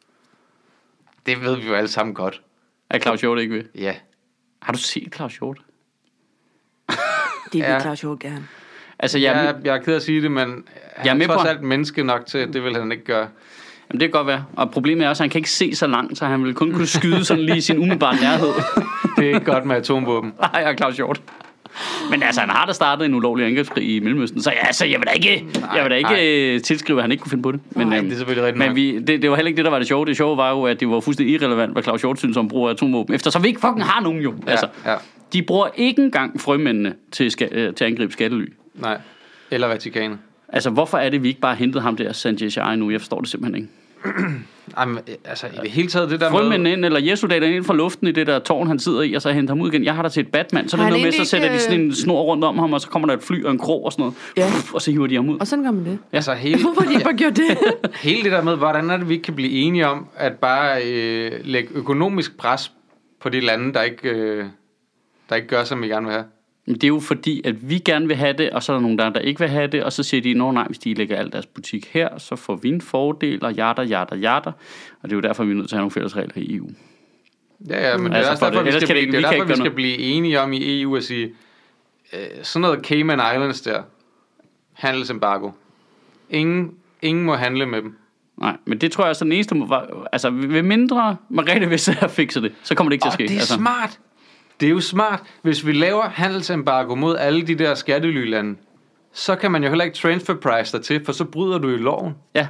Det ved vi jo alle sammen godt. At Claus Hjort ikke vil? Ja. Har du set Claus Hjort? Det vil ja. Claus Hjort gerne. Altså, jeg, jeg, jeg er ked af at sige det, men han er trods alt menneske nok til, at det vil han ikke gøre. Jamen, det kan godt være. Og problemet er også, at han kan ikke se så langt, så han vil kun kunne skyde sådan lige i sin umiddelbare nærhed. Det er ikke godt med atomvåben. Nej, og Claus Hjort. Men altså, han har da startet en ulovlig angrebskrig i Mellemøsten, så altså, jeg vil da ikke, nej, jeg vil da ikke tilskrive, at han ikke kunne finde på det. Men, nej, øhm, det er selvfølgelig rigtigt. Men vi, det, det var heller ikke det, der var det sjove. Det sjove var jo, at det var fuldstændig irrelevant, hvad Claus Hjort synes om brug af atomvåben. Eftersom vi ikke fucking har nogen jo. Altså, ja, ja. De bruger ikke engang frømændene til, skal, til at angribe skattely. Nej, eller Vatikanet. Altså, hvorfor er det, vi ikke bare hentede ham der, Sanjay Shah, nu? Jeg forstår det simpelthen ikke. Jamen, altså i det hele taget det der frømændene med... ind, eller jægersoldaterne ind fra luften i det der tårn, han sidder i, og så henter ham ud igen. Jeg har der til et Batman, så er det noget med, så sætter ikke... de sådan en snor rundt om ham, og så kommer der et fly og en krog og sådan noget, ja. Puff, og så hiver de ham ud. Og sådan gør man det. Ja. Altså hele... Hvorfor de bare gjort det? Hele det der med, hvordan er det, vi ikke kan blive enige om, at bare øh, lægge økonomisk pres på de lande, der ikke, øh, der ikke gør, som vi gerne vil have. Men det er jo fordi, at vi gerne vil have det, og så er der nogen, der, der ikke vil have det, og så siger de, nå nej, hvis de lægger al deres butik her, så får vi en fordel, og jada, jada, jada. Og det er jo derfor, vi er nødt til at have nogle fælles regler i E U. Ja, ja, men mm. det er altså også derfor, det. vi, skal, blive, det er derfor, vi skal blive enige om i E U at sige, øh, sådan noget Cayman Islands der, handelsembargo. Ingen, ingen må handle med dem. Nej, men det tror jeg også den eneste, må, altså ved mindre Margrethe Vestager fikser det, så kommer det ikke til at ske. Og det er altså. smart. Det er jo smart. Hvis vi laver handelsembargo mod alle de der skattelylande, så kan man jo heller ikke transfer price der til, for så bryder du jo loven. Ja.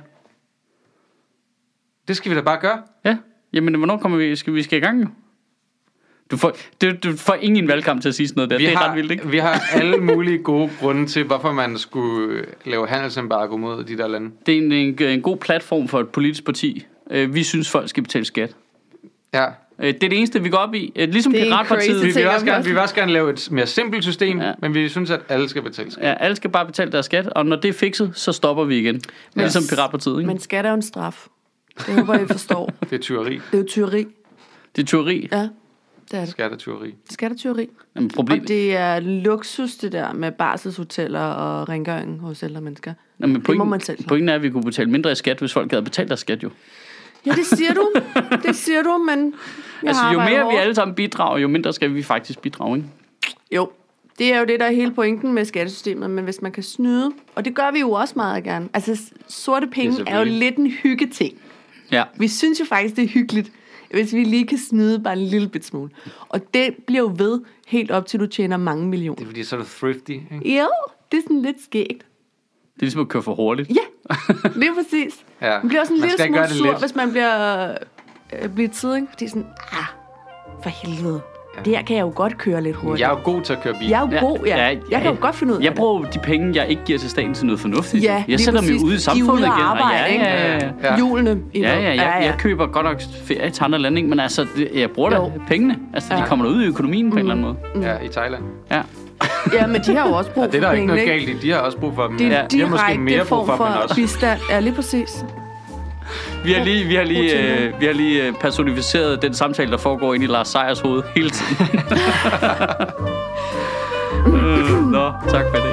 Det skal vi da bare gøre. Ja. Jamen, hvornår kommer vi? Skal vi skal i gang jo? Du får, du, du får ingen valgkamp til at sige sådan noget der. Vi det er har, ret vildt, ikke? Vi har alle mulige gode grunde til, hvorfor man skulle lave handelsembargo mod de der lande. Det er en, en, en god platform for et politisk parti. Vi synes, folk skal betale skat. Ja. Det er det eneste, vi går op i. Ligesom Piratpartiet. Vi vil, også gerne, vi vil også gerne lave et mere simpelt system, ja. men vi synes, at alle skal betale skat. Ja, alle skal bare betale deres skat, og når det er fikset, så stopper vi igen. Ja. Ligesom Piratpartiet, ikke? Men skat er jo en straf. Det håber jeg, I forstår. Det er tyveri. Det er jo tyveri. Det er tyveri? Ja, det er det. Skat er tyveri. Skat er tyveri. Jamen, problem... Og det er luksus, det der med barselshoteller og rengøring hos ældre mennesker. Jamen, det pointen, må man selv. Pointen er, at vi kunne betale mindre i skat, hvis folk havde betalt deres skat, jo. Ja, det siger du. Det siger du, men... Altså, jo mere hårdt. Vi alle sammen bidrager, jo mindre skal vi faktisk bidrage, ikke? Jo, det er jo det, der er hele pointen med skattesystemet, men hvis man kan snyde, og det gør vi jo også meget gerne. Altså, sorte penge er jo lidt en hyggeting. Ja. Vi synes jo faktisk, det er hyggeligt, hvis vi lige kan snyde bare en lille bit smule. Og det bliver jo ved helt op til, du tjener mange millioner. Det er fordi, så er du thrifty, ikke? Jo, det er sådan lidt skægt. Det er ligesom at køre for hurtigt. Ja, det er præcis. Ja. Man bliver også en man lille smule sur, lidt. hvis man bliver, øh, bliver tid, ikke? Fordi sådan, ah, for helvede. Ja. Det her kan jeg jo godt køre lidt hurtigt. Jeg er jo god til at køre bil. Jeg er jo god, ja. ja, jeg kan ja, jo godt finde ud af Jeg bruger de penge, jeg ikke giver til staten, til noget fornuftigt. Ja, jeg sætter dem ud i samfundet igen. Arbejde, og ja, ja, ja, ja. Hjulene. Ja, ja, ja, ja. Jeg køber godt nok ferie til andre lande, men altså, det, jeg bruger da pengene. Altså, ja. De kommer ud i økonomien på mm. en eller anden måde. Mm. Ja, i Thailand. Ja. Ja, men de har jo også brug for penge. Ja, det er der penge, ikke noget galt i. De har også brug for dem. Det er de har måske mere brug for, for dem også. Bistand. Ja, lige præcis. Vi har lige, vi har lige, øh, vi har lige personificeret den samtale, der foregår inde i Lars Seiers hoved hele tiden. Nå, tak for det.